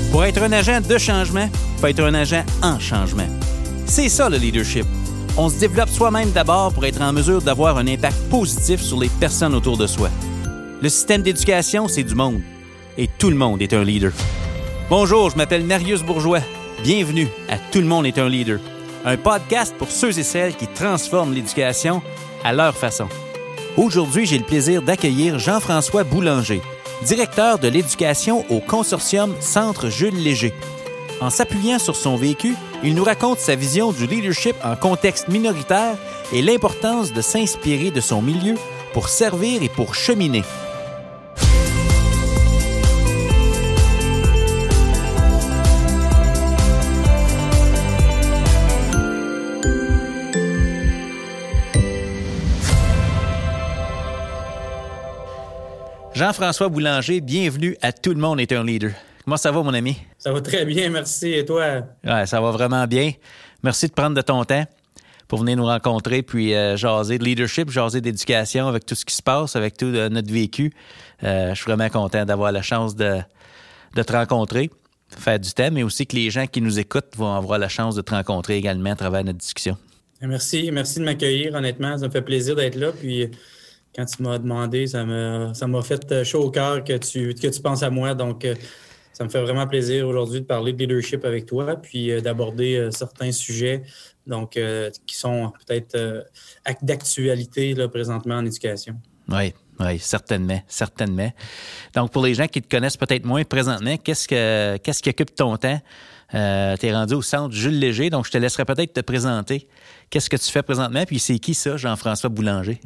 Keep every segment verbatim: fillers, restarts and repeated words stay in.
Pour être un agent de changement, il faut être un agent en changement. C'est ça le leadership. On se développe soi-même d'abord pour être en mesure d'avoir un impact positif sur les personnes autour de soi. Le système d'éducation, c'est du monde. Et tout le monde est un leader. Bonjour, je m'appelle Marius Bourgeois. Bienvenue à Tout le monde est un leader. Un podcast pour ceux et celles qui transforment l'éducation à leur façon. Aujourd'hui, j'ai le plaisir d'accueillir Jean-François Boulanger, directeur de l'éducation au consortium Centre Jules Léger. En s'appuyant sur son vécu, il nous raconte sa vision du leadership en contexte minoritaire et l'importance de s'inspirer de son milieu pour servir et pour cheminer. Jean-François Boulanger, bienvenue à Tout le monde est un leader. Comment ça va, mon ami? Ça va très bien, merci. Et toi? Ouais, ça va vraiment bien. Merci de prendre de ton temps pour venir nous rencontrer puis euh, jaser de leadership, jaser d'éducation avec tout ce qui se passe, avec tout euh, notre vécu. Euh, je suis vraiment content d'avoir la chance de, de te rencontrer, faire du temps, mais aussi que les gens qui nous écoutent vont avoir la chance de te rencontrer également à travers notre discussion. Merci. Merci de m'accueillir, honnêtement. Ça me fait plaisir d'être là. Puis quand tu m'as demandé, ça m'a, ça m'a fait chaud au cœur que tu, que tu penses à moi. Donc, ça me fait vraiment plaisir aujourd'hui de parler de leadership avec toi, puis euh, d'aborder euh, certains sujets donc, euh, qui sont peut-être euh, d'actualité là, présentement en éducation. Oui, oui, certainement, certainement. Donc, pour les gens qui te connaissent peut-être moins présentement, qu'est-ce, que, qu'est-ce qui occupe ton temps? Euh, tu es rendu au Centre Jules Léger, donc je te laisserai peut-être te présenter. Qu'est-ce que tu fais présentement? Puis c'est qui ça, Jean-François Boulanger?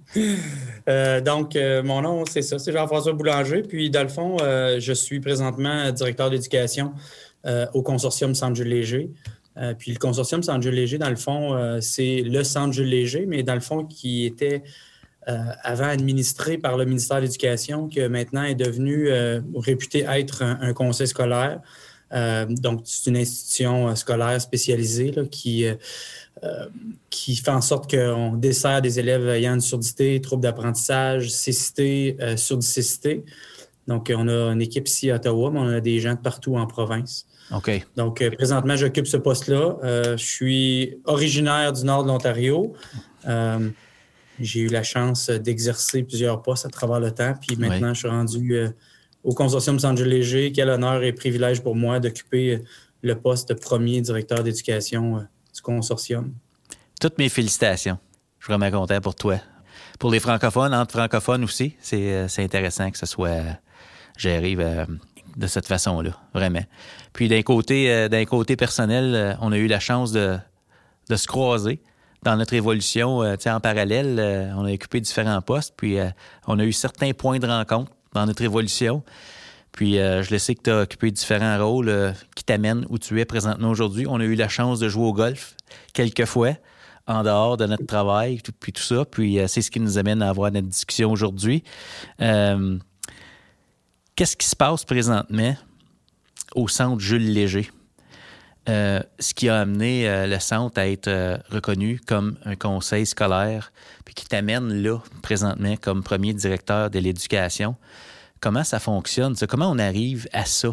euh, donc, euh, mon nom, c'est ça, c'est Jean-François Boulanger. Puis, dans le fond, euh, je suis présentement directeur d'éducation euh, au consortium Centre Jules Léger. Euh, puis, le consortium Centre Jules Léger, dans le fond, euh, c'est le Centre Jules Léger, mais dans le fond, qui était euh, avant administré par le ministère de l'Éducation, qui maintenant est devenu euh, réputé être un, un conseil scolaire. Euh, donc, c'est une institution scolaire spécialisée là, qui, euh, qui fait en sorte qu'on dessert des élèves ayant une surdité, troubles d'apprentissage, cécité, euh, surdicécité. Donc, on a une équipe ici à Ottawa, mais on a des gens de partout en province. OK. Donc, euh, présentement, j'occupe ce poste-là. Euh, je suis originaire du nord de l'Ontario. Euh, j'ai eu la chance d'exercer plusieurs postes à travers le temps. Puis maintenant, oui. Je suis rendu... Euh, au consortium Centre Jules Léger. Quel honneur et privilège pour moi d'occuper le poste de premier directeur d'éducation du consortium. Toutes mes félicitations. Je suis vraiment content pour toi. Pour les francophones, entre francophones aussi, c'est, c'est intéressant que ce soit géré de cette façon-là, vraiment. Puis d'un côté, d'un côté personnel, on a eu la chance de, de se croiser dans notre évolution. En parallèle, on a occupé différents postes, puis on a eu certains points de rencontre dans notre évolution. Puis, euh, je le sais que tu as occupé différents rôles euh, qui t'amènent où tu es présentement aujourd'hui. On a eu la chance de jouer au golf quelques fois en dehors de notre travail, tout, puis tout ça. Puis, euh, c'est ce qui nous amène à avoir notre discussion aujourd'hui. Euh, qu'est-ce qui se passe présentement au Centre Jules Léger? Euh, ce qui a amené euh, le centre à être euh, reconnu comme un conseil scolaire, puis qui t'amène là, présentement, comme premier directeur de l'éducation. Comment ça fonctionne? Ça? Comment on arrive à ça,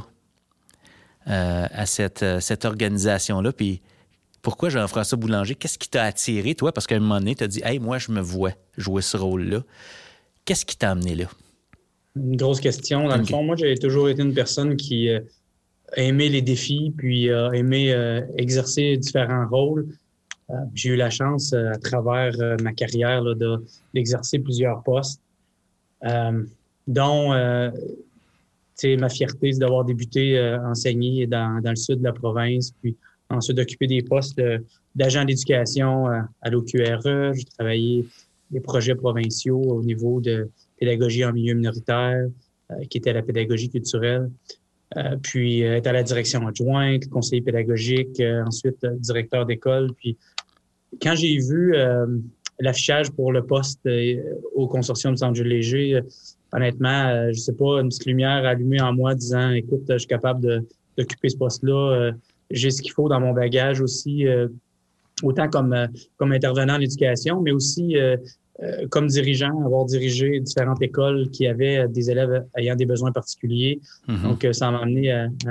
euh, à cette, euh, cette organisation-là? Puis pourquoi Jean-François Boulanger? Qu'est-ce qui t'a attiré, toi? Parce qu'à un moment donné, tu as dit « Hey, moi, je me vois jouer ce rôle-là. » Qu'est-ce qui t'a amené là? Une grosse question. Dans okay. le fond, moi, j'ai toujours été une personne qui... Euh... aimer les défis, puis euh, aimer euh, exercer différents rôles. Euh, j'ai eu la chance, euh, à travers euh, ma carrière, là, de, d'exercer plusieurs postes, euh, dont euh, ma fierté, c'est d'avoir débuté euh, enseigner dans, dans le sud de la province, puis ensuite d'occuper des postes de, d'agent d'éducation euh, à l'O Q R E. J'ai travaillé des projets provinciaux au niveau de pédagogie en milieu minoritaire, euh, qui était la pédagogie culturelle. Euh, puis euh, être à la direction adjointe, conseiller pédagogique, euh, ensuite euh, directeur d'école. Puis quand j'ai vu euh, l'affichage pour le poste euh, au consortium Centre Jules Léger, euh, honnêtement, euh, je sais pas, une petite lumière allumée en moi disant, écoute, je suis capable de, d'occuper ce poste-là, euh, j'ai ce qu'il faut dans mon bagage aussi, euh, autant comme, euh, comme intervenant en éducation, mais aussi euh, euh, comme dirigeant, avoir dirigé différentes écoles qui avaient des élèves ayant des besoins particuliers. Mm-hmm. Donc, euh, ça m'a amené à, à,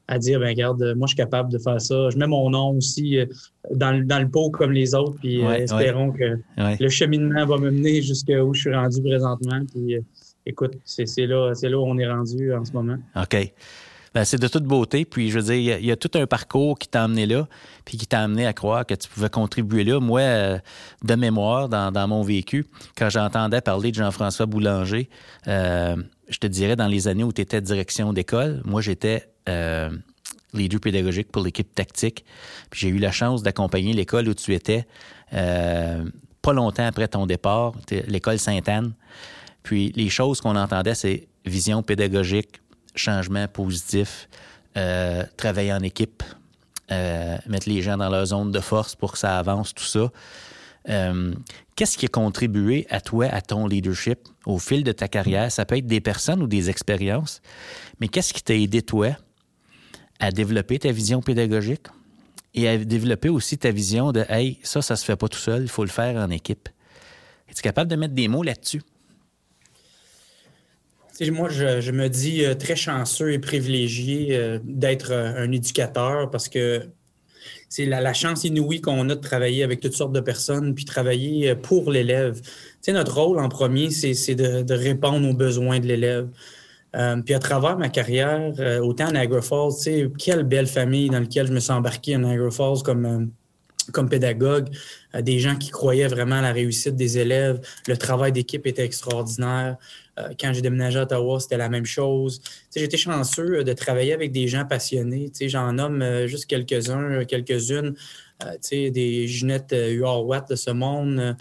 à dire, ben regarde, moi, je suis capable de faire ça. Je mets mon nom aussi euh, dans, le- dans le pot comme les autres, puis Ouais, euh, espérons ouais, que ouais. le cheminement va me mener jusqu'à où je suis rendu présentement. Puis, euh, écoute, c'est, c'est là, c'est là où on est rendu en ce moment. OK. Ben, c'est de toute beauté. Puis, je veux dire, il y, a, il y a tout un parcours qui t'a amené là, puis qui t'a amené à croire que tu pouvais contribuer là. Moi, euh, de mémoire, dans, dans mon vécu, quand j'entendais parler de Jean-François Boulanger, euh, je te dirais, dans les années où tu étais direction d'école, moi, j'étais euh, leader pédagogique pour l'équipe tactique. Puis, j'ai eu la chance d'accompagner l'école où tu étais euh, pas longtemps après ton départ, l'école Sainte-Anne. Puis, les choses qu'on entendait, c'est vision pédagogique, changement positif, euh, travailler en équipe, euh, mettre les gens dans leur zone de force pour que ça avance, tout ça. Euh, qu'est-ce qui a contribué à toi, à ton leadership au fil de ta carrière? Ça peut être des personnes ou des expériences, mais qu'est-ce qui t'a aidé, toi, à développer ta vision pédagogique et à développer aussi ta vision de « Hey, ça, ça se fait pas tout seul, il faut le faire en équipe ». Es-tu capable de mettre des mots là-dessus? Moi, je, je me dis euh, très chanceux et privilégié euh, d'être euh, un éducateur parce que c'est la, la chance inouïe qu'on a de travailler avec toutes sortes de personnes puis travailler pour l'élève. Tu sais, notre rôle en premier, c'est, c'est de, de répondre aux besoins de l'élève. Euh, puis à travers ma carrière, euh, autant à Niagara Falls, tu sais, quelle belle famille dans laquelle je me suis embarqué à Niagara Falls comme... Euh, comme pédagogue, euh, des gens qui croyaient vraiment à la réussite des élèves. Le travail d'équipe était extraordinaire. Euh, quand j'ai déménagé à Ottawa, c'était la même chose. Tu sais, j'étais chanceux de travailler avec des gens passionnés. Tu sais, j'en nomme euh, juste quelques-uns, quelques-unes. Euh, tu sais, des Ginette Huard-Watt de ce monde. Euh,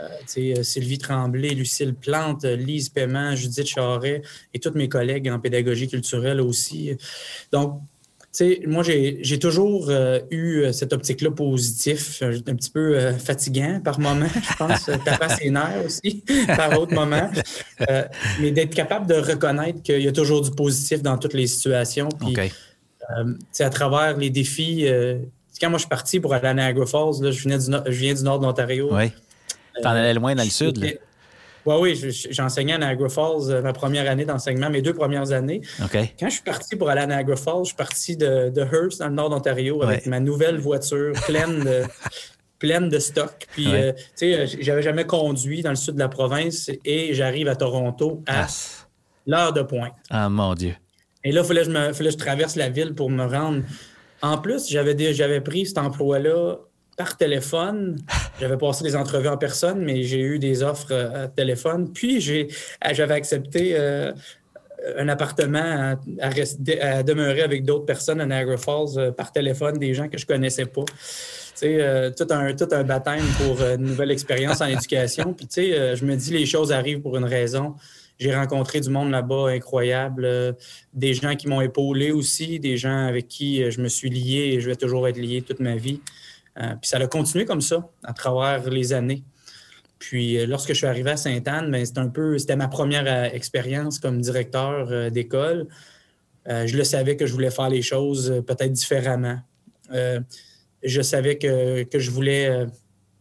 tu sais, Sylvie Tremblay, Lucille Plante, Lise Paiement, Judith Charret et tous mes collègues en pédagogie culturelle aussi. Donc, tu sais, moi, j'ai, j'ai toujours euh, eu cette optique-là positif, un petit peu euh, fatigant par moment, je pense, tapant ses nerfs aussi par autres moments, euh, mais d'être capable de reconnaître qu'il y a toujours du positif dans toutes les situations. Puis, OK. euh, tu sais, à travers les défis, euh, quand moi je suis parti pour aller à Niagara Falls, là, je, venais du no- je viens du nord de l'Ontario. Oui. T'en allais loin dans le J'étais- sud, là. Oui, oui, je- j'enseignais à Niagara Falls euh, ma première année d'enseignement, mes deux premières années. OK. Quand je suis parti pour aller à Niagara Falls, je suis parti de, de Hearst, dans le nord d'Ontario, avec Ouais. ma nouvelle voiture pleine de, pleine de stock. Puis, Ouais. euh, tu sais, j'avais jamais conduit dans le sud de la province et j'arrive à Toronto à Ah, l'heure de pointe. ah, mon Dieu. Et là, il fallait, que je me- fallait que je traverse la ville pour me rendre. En plus, j'avais, dé- j'avais pris cet emploi-là par téléphone. J'avais passé des entrevues en personne, mais j'ai eu des offres euh, à téléphone. Puis, j'ai, euh, j'avais accepté euh, un appartement à, à, rester, à demeurer avec d'autres personnes à Niagara Falls euh, par téléphone, des gens que je connaissais pas. Tu sais, euh, tout, un, tout un baptême pour euh, une nouvelle expérience en éducation. Puis, tu sais, euh, je me dis, les choses arrivent pour une raison. J'ai rencontré du monde là-bas incroyable, euh, des gens qui m'ont épaulé aussi, des gens avec qui euh, je me suis lié et je vais toujours être lié toute ma vie. Euh, puis ça a continué comme ça à travers les années. Puis euh, lorsque je suis arrivé à Sainte-Anne, ben, c'était un peu, c'était ma première euh, expérience comme directeur euh, d'école. Euh, je le savais que je voulais faire les choses euh, peut-être différemment. Euh, je savais que, que je voulais, euh,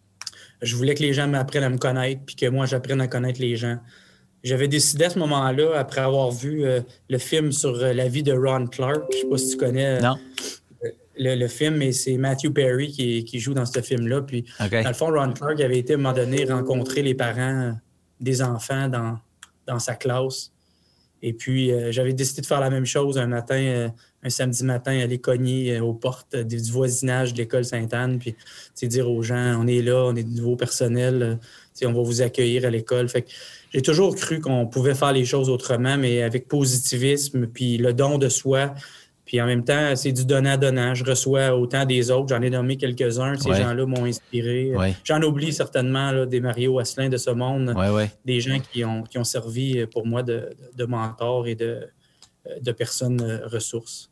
je voulais que les gens m'apprennent à me connaître puis que moi, j'apprenne à connaître les gens. J'avais décidé à ce moment-là, après avoir vu euh, le film sur euh, la vie de Ron Clark, je ne sais pas si tu connais euh, Non. le, le film, mais c'est Matthew Perry qui, qui joue dans ce film-là. Puis, OK. dans le fond, Ron Clark avait été, à un moment donné, rencontrer les parents des enfants dans, dans sa classe. Et puis, euh, j'avais décidé de faire la même chose un matin, euh, un samedi matin, aller cogner euh, aux portes du, du voisinage de l'école Sainte-Anne, puis dire aux gens, on est là, on est de nouveau personnel, euh, on va vous accueillir à l'école. Fait que j'ai toujours cru qu'on pouvait faire les choses autrement, mais avec positivisme, puis le don de soi. Puis en même temps, c'est du donnant-donnant. Je reçois autant des autres. J'en ai nommé quelques-uns. Ces Ouais. gens-là m'ont inspiré. Ouais. J'en oublie certainement là, des Mario Asselin de ce monde. Ouais, ouais. Des gens qui ont, qui ont servi pour moi de, de mentor et de, de personnes ressources.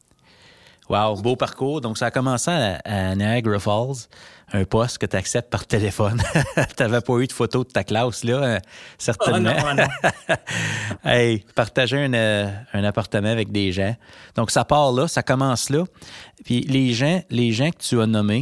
Wow, beau parcours. Donc, ça a commencé à, à Niagara Falls, un poste que tu acceptes par téléphone. Tu n'avais pas eu de photo de ta classe, là, euh, certainement. Oh non, non. Hey, partager un, euh, un appartement avec des gens. Donc, ça part là, ça commence là. Puis, les gens, les gens que tu as nommés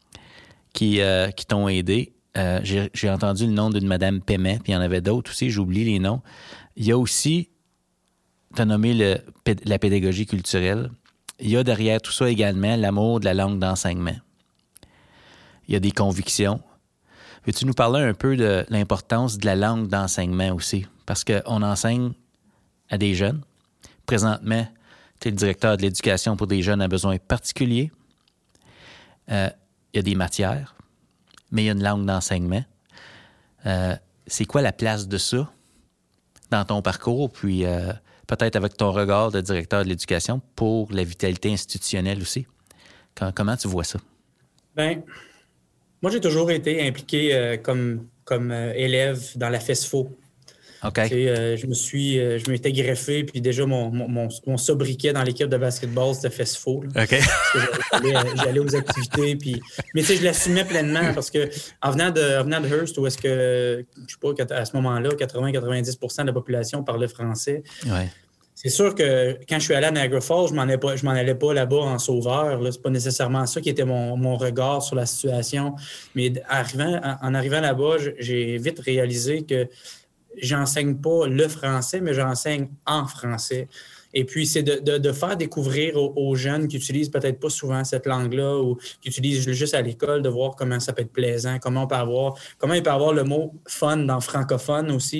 qui, euh, qui t'ont aidé, euh, j'ai, j'ai entendu le nom d'une Madame Paiement, puis il y en avait d'autres aussi, j'oublie les noms. Il y a aussi, tu as nommé le, la pédagogie culturelle. il y a derrière tout ça également l'amour de la langue d'enseignement. Il y a des convictions. Veux-tu nous parler un peu de l'importance de la langue d'enseignement aussi? Parce qu'on enseigne à des jeunes. Présentement, tu es le directeur de l'éducation pour des jeunes à besoins particuliers. Euh, il y a des matières, mais il y a une langue d'enseignement. Euh, c'est quoi la place de ça dans ton parcours, puis euh, peut-être avec ton regard de directeur de l'éducation pour la vitalité institutionnelle aussi? Quand, comment tu vois ça? Bien, moi, j'ai toujours été impliqué euh, comme, comme euh, élève dans la FESFO. OK. Tu sais, euh, je me suis, euh, je m'étais greffé, puis déjà, mon, mon, mon, mon sobriquet dans l'équipe de basketball, c'était FESFO. Là. OK. Parce que j'allais, j'allais aux activités, puis... Mais tu sais, je l'assumais pleinement, parce que en venant de, en venant de Hearst, où est-ce que, je sais pas, à ce moment-là, quatre-vingts à quatre-vingt-dix pour cent de la population parlait français. Ouais. C'est sûr que quand je suis allé à Niagara Falls, je m'en allais pas, je m'en allais pas là-bas en sauveur. Là. C'est pas nécessairement ça qui était mon, mon regard sur la situation. Mais arrivant, en, en arrivant là-bas, j'ai vite réalisé que j'enseigne pas le français, mais j'enseigne en français. Et puis, c'est de, de, de faire découvrir aux, aux jeunes qui utilisent peut-être pas souvent cette langue-là ou qui utilisent juste à l'école, de voir comment ça peut être plaisant, comment on peut avoir, comment il peut avoir le mot « fun » dans francophone aussi.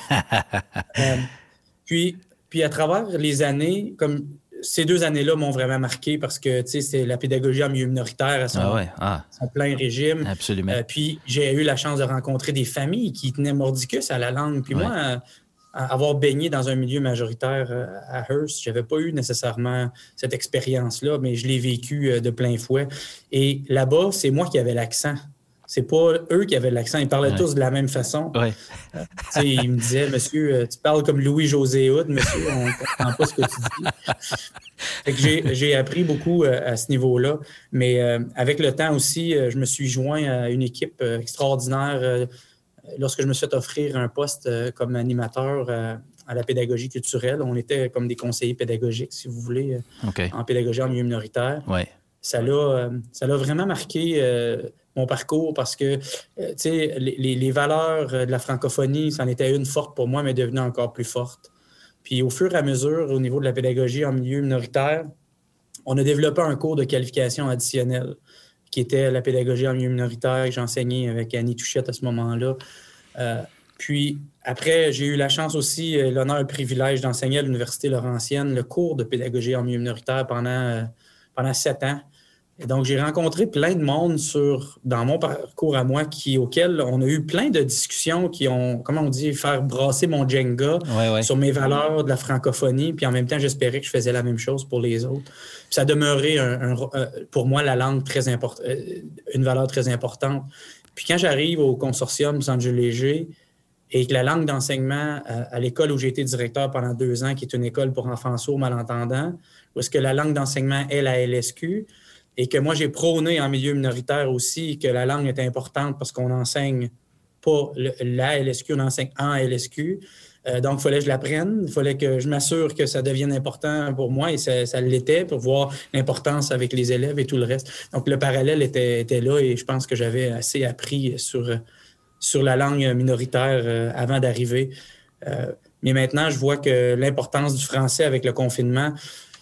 euh, puis, puis, à travers les années, comme ces deux années-là m'ont vraiment marqué parce que, tu sais, c'est la pédagogie en milieu minoritaire à son, ah ouais. ah. son plein régime. Absolument. Euh, puis, j'ai eu la chance de rencontrer des familles qui tenaient mordicus à la langue. Puis ouais. moi, à, à avoir baigné dans un milieu majoritaire à Hearst, j'avais pas eu nécessairement cette expérience-là, mais je l'ai vécu de plein fouet. Et là-bas, c'est moi qui avais l'accent. C'est pas eux qui avaient l'accent. Ils parlaient ouais. tous de la même façon. Ouais. Euh, ils me disaient, monsieur, tu parles comme Louis-José Hood, monsieur, on ne comprend pas ce que tu dis. Fait que j'ai, j'ai appris beaucoup euh, à ce niveau-là. Mais euh, avec le temps aussi, euh, je me suis joint à une équipe euh, extraordinaire euh, lorsque je me suis fait offrir un poste euh, comme animateur euh, à la pédagogie culturelle. On était comme des conseillers pédagogiques, si vous voulez, euh, okay. en pédagogie en milieu minoritaire. Ouais. Ça l'a, euh, ça l'a vraiment marqué euh, mon parcours parce que, euh, tu sais, les, les valeurs de la francophonie, c'en était une forte pour moi, mais devenue encore plus forte. Puis au fur et à mesure, au niveau de la pédagogie en milieu minoritaire, on a développé un cours de qualification additionnelle qui était la pédagogie en milieu minoritaire que j'enseignais avec Annie Touchette à ce moment-là. Euh, puis après, j'ai eu la chance aussi, euh, l'honneur et le privilège d'enseigner à l'Université Laurentienne le cours de pédagogie en milieu minoritaire pendant, euh, pendant sept ans. Et donc, j'ai rencontré plein de monde sur, dans mon parcours à moi qui, auquel on a eu plein de discussions qui ont, comment on dit, faire brasser mon Jenga ouais, ouais. sur mes valeurs de la francophonie. Puis en même temps, j'espérais que je faisais la même chose pour les autres. Puis ça demeurait un, un, un, pour moi la langue très importante, une valeur très importante. Puis quand j'arrive au consortium Saint-Léger et que la langue d'enseignement à, à l'école où j'ai été directeur pendant deux ans, qui est une école pour enfants sourds malentendants, où est-ce que la langue d'enseignement est la L S Q, et que moi, j'ai prôné en milieu minoritaire aussi que la langue est importante parce qu'on n'enseigne pas le, la L S Q, on enseigne en L S Q. Euh, donc, il fallait que je l'apprenne. Il fallait que je m'assure que ça devienne important pour moi et ça, ça l'était pour voir l'importance avec les élèves et tout le reste. Donc, le parallèle était, était là et je pense que j'avais assez appris sur, sur la langue minoritaire euh, avant d'arriver. Euh, mais maintenant, je vois que l'importance du français avec le confinement,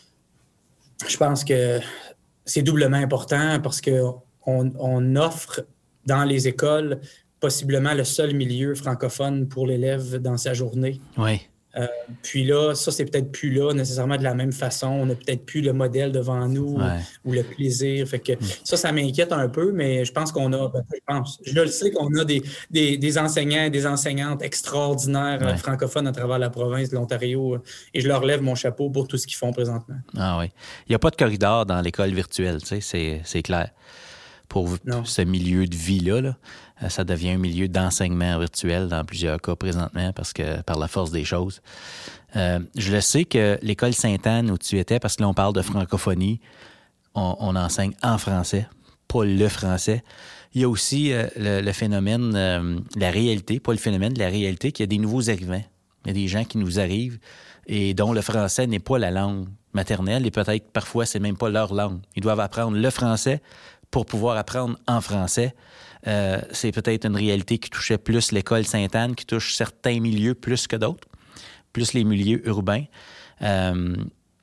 je pense que c'est doublement important parce qu'on on offre dans les écoles possiblement le seul milieu francophone pour l'élève dans sa journée. Oui. Euh, puis là, ça, c'est peut-être plus là nécessairement de la même façon. On n'a peut-être plus le modèle devant nous ouais. ou, ou le plaisir. Fait que mm. ça, ça m'inquiète un peu, mais je pense qu'on a, ben, je pense, je le sais qu'on a des, des, des enseignants et des enseignantes extraordinaires ouais. francophones à travers la province de l'Ontario et je leur lève mon chapeau pour tout ce qu'ils font présentement. Ah oui. Il n'y a pas de corridor dans l'école virtuelle, tu sais, c'est, c'est clair. Pour non. ce milieu de vie-là, là, ça devient un milieu d'enseignement virtuel dans plusieurs cas présentement parce que par la force des choses. Euh, je le sais que l'école Sainte-Anne où tu étais, parce que là on parle de francophonie, on, on enseigne en français, pas le français. Il y a aussi euh, le, le phénomène, euh, la réalité, pas le phénomène, la réalité qu'il y a des nouveaux arrivants. Il y a des gens qui nous arrivent et dont le français n'est pas la langue maternelle et peut-être parfois c'est même pas leur langue. Ils doivent apprendre le français pour pouvoir apprendre en français. Euh, c'est peut-être une réalité qui touchait plus l'école Sainte-Anne, qui touche certains milieux plus que d'autres, plus les milieux urbains. Euh,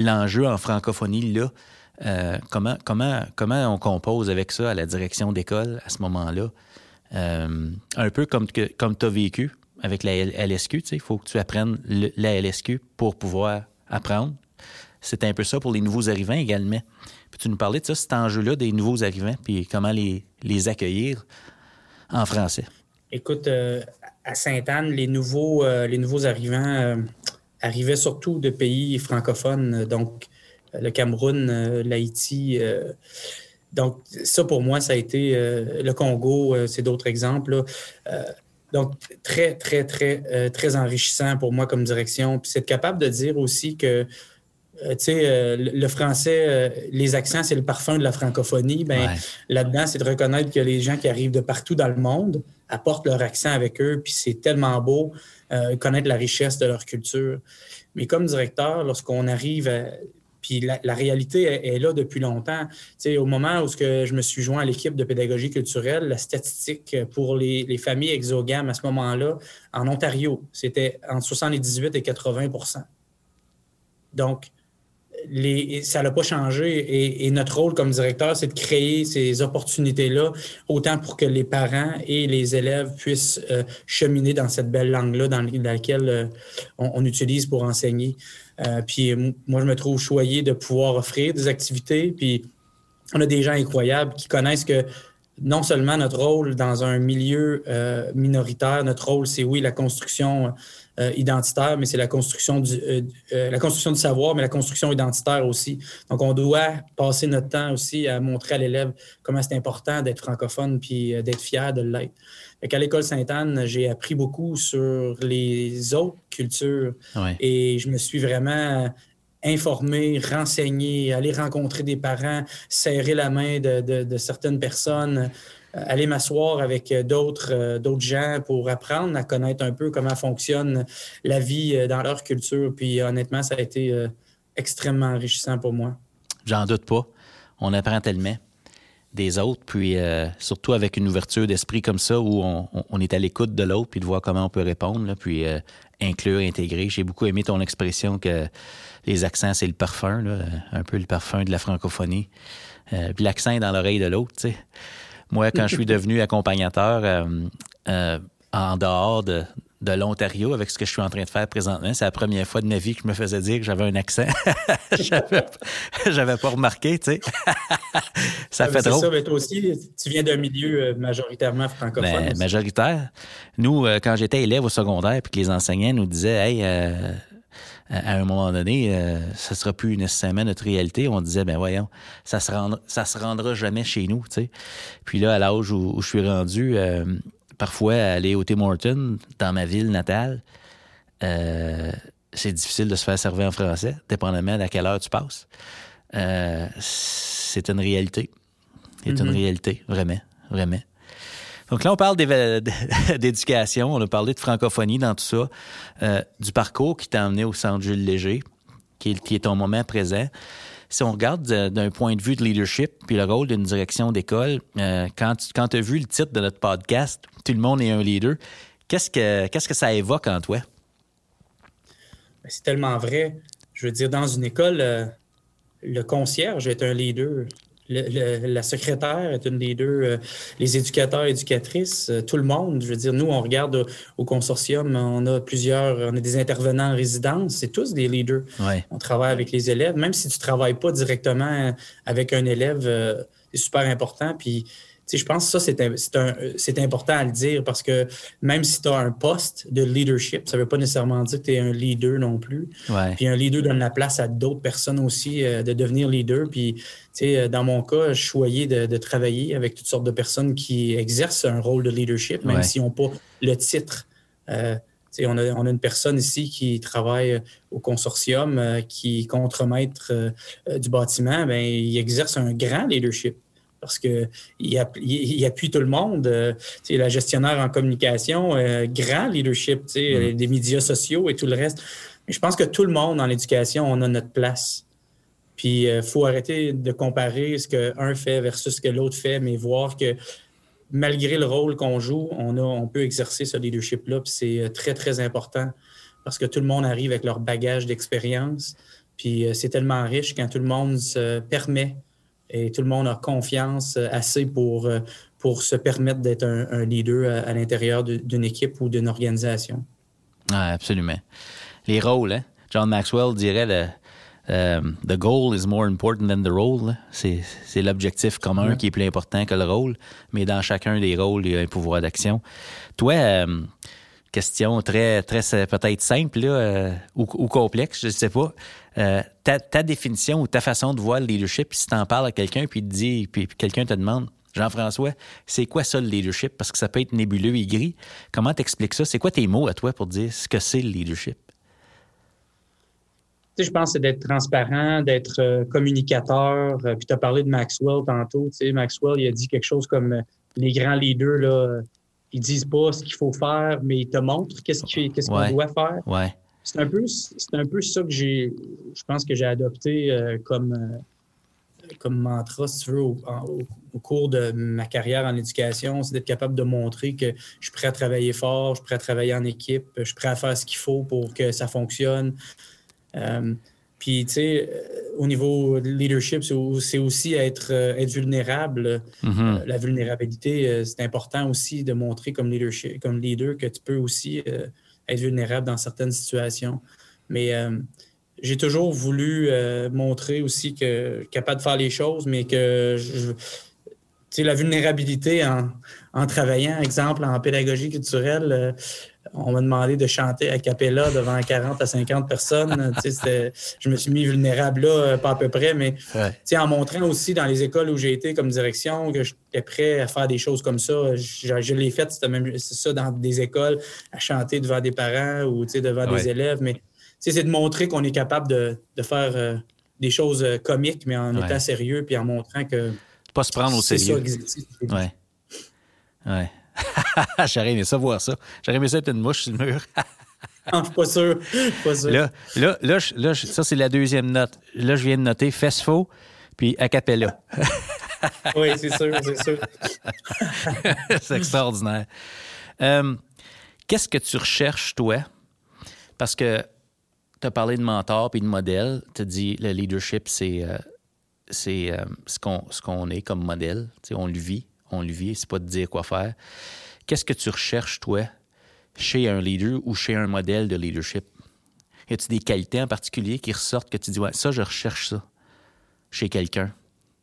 l'enjeu en francophonie, là, euh, comment, comment, comment on compose avec ça à la direction d'école à ce moment-là? Euh, un peu comme, que, comme tu as vécu avec la L S Q, tu sais, il faut que tu apprennes le, la L S Q pour pouvoir apprendre. C'est un peu ça pour les nouveaux arrivants également. Puis tu nous parlais de ça, cet enjeu-là des nouveaux arrivants, puis comment les, les accueillir en français. Écoute, euh, à Sainte-Anne, les nouveaux, euh, les nouveaux arrivants euh, arrivaient surtout de pays francophones, donc euh, le Cameroun, euh, l'Haïti. Euh, donc, ça, pour moi, ça a été euh, le Congo, euh, c'est d'autres exemples. Là. Euh, donc, très, très, très, euh, très enrichissant pour moi comme direction. Puis c'est capable de dire aussi que Euh, tu sais, euh, le français, euh, les accents, c'est le parfum de la francophonie. Ben, ouais. Là-dedans, c'est de reconnaître que les gens qui arrivent de partout dans le monde apportent leur accent avec eux, puis c'est tellement beau euh, connaître la richesse de leur culture. Mais comme directeur, lorsqu'on arrive à... Puis la, la réalité est, est là depuis longtemps. Tu sais, au moment où ce que je me suis joint à l'équipe de pédagogie culturelle, la statistique pour les, les familles exogames à ce moment-là, en Ontario, c'était entre soixante-dix-huit et quatre-vingts pour cent. Donc, Les, ça n'a pas changé et, et notre rôle comme directeur, c'est de créer ces opportunités-là, autant pour que les parents et les élèves puissent euh, cheminer dans cette belle langue-là dans, dans laquelle euh, on, on utilise pour enseigner. Euh, puis moi, je me trouve choyé de pouvoir offrir des activités. Puis on a des gens incroyables qui connaissent que non seulement notre rôle dans un milieu euh, minoritaire, notre rôle, c'est oui, la construction euh, identitaire, mais c'est la construction du euh, euh, la construction du savoir, mais la construction identitaire aussi. Donc, on doit passer notre temps aussi à montrer à l'élève comment c'est important d'être francophone puis euh, d'être fier de l'être. Fait qu'à l'École Sainte-Anne, j'ai appris beaucoup sur les autres cultures Ouais. et je me suis vraiment informer, renseigner, aller rencontrer des parents, serrer la main de, de, de certaines personnes, euh, aller m'asseoir avec d'autres, euh, d'autres gens pour apprendre à connaître un peu comment fonctionne la vie euh, dans leur culture. Puis honnêtement, ça a été euh, extrêmement enrichissant pour moi. J'en doute pas. On apprend tellement des autres, puis euh, surtout avec une ouverture d'esprit comme ça où on, on est à l'écoute de l'autre puis de voir comment on peut répondre, là, puis euh, inclure, intégrer. J'ai beaucoup aimé ton expression que les accents, c'est le parfum, là, un peu le parfum de la francophonie. Euh, puis l'accent est dans l'oreille de l'autre, tu sais. Moi, quand je suis devenu accompagnateur euh, euh, en dehors de, de l'Ontario, avec ce que je suis en train de faire présentement, c'est la première fois de ma vie que je me faisais dire que j'avais un accent. j'avais, j'avais pas remarqué, tu sais. Ça ah, fait c'est drôle. Ça, mais toi aussi, tu viens d'un milieu majoritairement francophone. Ben, majoritaire. Nous, euh, quand j'étais élève au secondaire puis que les enseignants nous disaient « Hey, euh, à un moment donné, euh, ça sera plus nécessairement notre réalité. » On disait, ben voyons, ça se rendra, ça se rendra jamais chez nous, tu sais. Puis là, à l'âge où, où je suis rendu, euh, parfois, aller au Tim Hortons, dans ma ville natale, euh, c'est difficile de se faire servir en français, dépendamment à quelle heure tu passes. Euh, c'est une réalité. C'est mm-hmm. une réalité, vraiment, vraiment. Donc là, on parle d'éducation, on a parlé de francophonie dans tout ça, euh, du parcours qui t'a emmené au Centre Jules Léger, qui est, qui est ton moment présent. Si on regarde d'un point de vue de leadership puis le rôle d'une direction d'école, euh, quand tu quand as vu le titre de notre podcast, « Tout le monde est un leader », qu'est-ce que, qu'est-ce que ça évoque en toi? C'est tellement vrai. Je veux dire, dans une école, euh, le concierge est un leader. Le, le, la secrétaire est une des deux, euh, les éducateurs, éducatrices, euh, tout le monde. Je veux dire, nous, on regarde au, au consortium, on a plusieurs, on a des intervenants en résidence, c'est tous des leaders. Ouais. On travaille avec les élèves, même si tu ne travailles pas directement avec un élève, euh, c'est super important. Puis, tu sais, je pense que ça, c'est, un, c'est, un, c'est important à le dire parce que même si tu as un poste de leadership, ça ne veut pas nécessairement dire que tu es un leader non plus. Ouais. Puis un leader donne la place à d'autres personnes aussi euh, de devenir leader. Puis, tu sais, dans mon cas, je suis choyé de, de travailler avec toutes sortes de personnes qui exercent un rôle de leadership, même ouais. s'ils n'ont pas le titre. Euh, On a, on a une personne ici qui travaille au consortium, euh, qui est contremaître euh, du bâtiment. Bien, il exerce un grand leadership parce qu'il il appuie tout le monde. Euh, la gestionnaire en communication, euh, grand leadership, mm. des médias sociaux et tout le reste. Mais je pense que tout le monde dans l'éducation, on a notre place. Puis, il euh, faut arrêter de comparer ce qu'un fait versus ce que l'autre fait, mais voir que malgré le rôle qu'on joue, on, a, on peut exercer ce leadership-là. Puis c'est très, très important parce que tout le monde arrive avec leur bagage d'expérience. Puis euh, c'est tellement riche quand tout le monde se permet et tout le monde a confiance euh, assez pour, euh, pour se permettre d'être un, un leader à, à l'intérieur de, d'une équipe ou d'une organisation. Ah, absolument. Les rôles, hein? John Maxwell dirait le, um, « The goal is more important than the role ». C'est, c'est l'objectif commun ouais. qui est plus important que le rôle, mais dans chacun des rôles, il y a un pouvoir d'action. Toi, euh, question très, très peut-être simple là, euh, ou, ou complexe, je ne sais pas. Euh, ta, ta définition ou ta façon de voir le leadership, si tu en parles à quelqu'un, puis, te dit, puis, puis quelqu'un te demande, Jean-François, c'est quoi ça le leadership? Parce que ça peut être nébuleux et gris. Comment t'expliques ça? C'est quoi tes mots à toi pour dire ce que c'est le leadership? Tu sais, je pense que c'est d'être transparent, d'être euh, communicateur. Euh, puis tu as parlé de Maxwell tantôt. Tu sais, Maxwell, il a dit quelque chose comme euh, les grands leaders, là, ils disent pas ce qu'il faut faire, mais ils te montrent qu'est-ce, qu'il, qu'est-ce ouais. qu'on doit faire. Ouais. C'est un peu, c'est un peu ça que j'ai, je pense que j'ai adopté euh, comme, euh, comme mantra, si tu veux, au, au, au cours de ma carrière en éducation, c'est d'être capable de montrer que je suis prêt à travailler fort, je suis prêt à travailler en équipe, je suis prêt à faire ce qu'il faut pour que ça fonctionne. Euh, Puis, tu sais, au niveau leadership, c'est aussi être, être vulnérable. Mm-hmm. Euh, la vulnérabilité, c'est important aussi de montrer comme, leadership, comme leader que tu peux aussi euh, être vulnérable dans certaines situations. Mais euh, j'ai toujours voulu euh, montrer aussi que capable de faire les choses, mais que je, tu sais, la vulnérabilité en, en travaillant, exemple, en pédagogie culturelle, euh, on m'a demandé de chanter a cappella devant quarante à cinquante personnes. Tu sais, je me suis mis vulnérable là, pas à peu près, mais ouais. tu sais, en montrant aussi dans les écoles où j'ai été comme direction que j'étais prêt à faire des choses comme ça. Je, je l'ai fait, c'était même c'est ça, dans des écoles, à chanter devant des parents ou tu sais, devant ouais. des élèves. Mais tu sais, c'est de montrer qu'on est capable de, de faire euh, des choses comiques, mais en ouais. étant sérieux puis en montrant que. Pas se prendre au sérieux. C'est ça, ouais. Ouais. J'aurais aimé ça voir ça. J'aurais aimé ça être une mouche sur le mur. Non, je suis pas sûr. Je suis pas sûr. Là, là, là, là, ça, c'est la deuxième note. Là, je viens de noter fesse faux, puis a cappella. Oui, c'est sûr, c'est sûr. C'est extraordinaire. Euh, qu'est-ce que tu recherches, toi? Parce que tu as parlé de mentor puis de modèle. Tu as dit le leadership, c'est, euh, c'est euh, ce, qu'on, ce qu'on est comme modèle. T'sais, on le vit. On le vit, c'est pas de dire quoi faire. Qu'est-ce que tu recherches, toi, chez un leader ou chez un modèle de leadership? Y a-t-il des qualités en particulier qui ressortent que tu dis, ouais, ça, je recherche ça chez quelqu'un?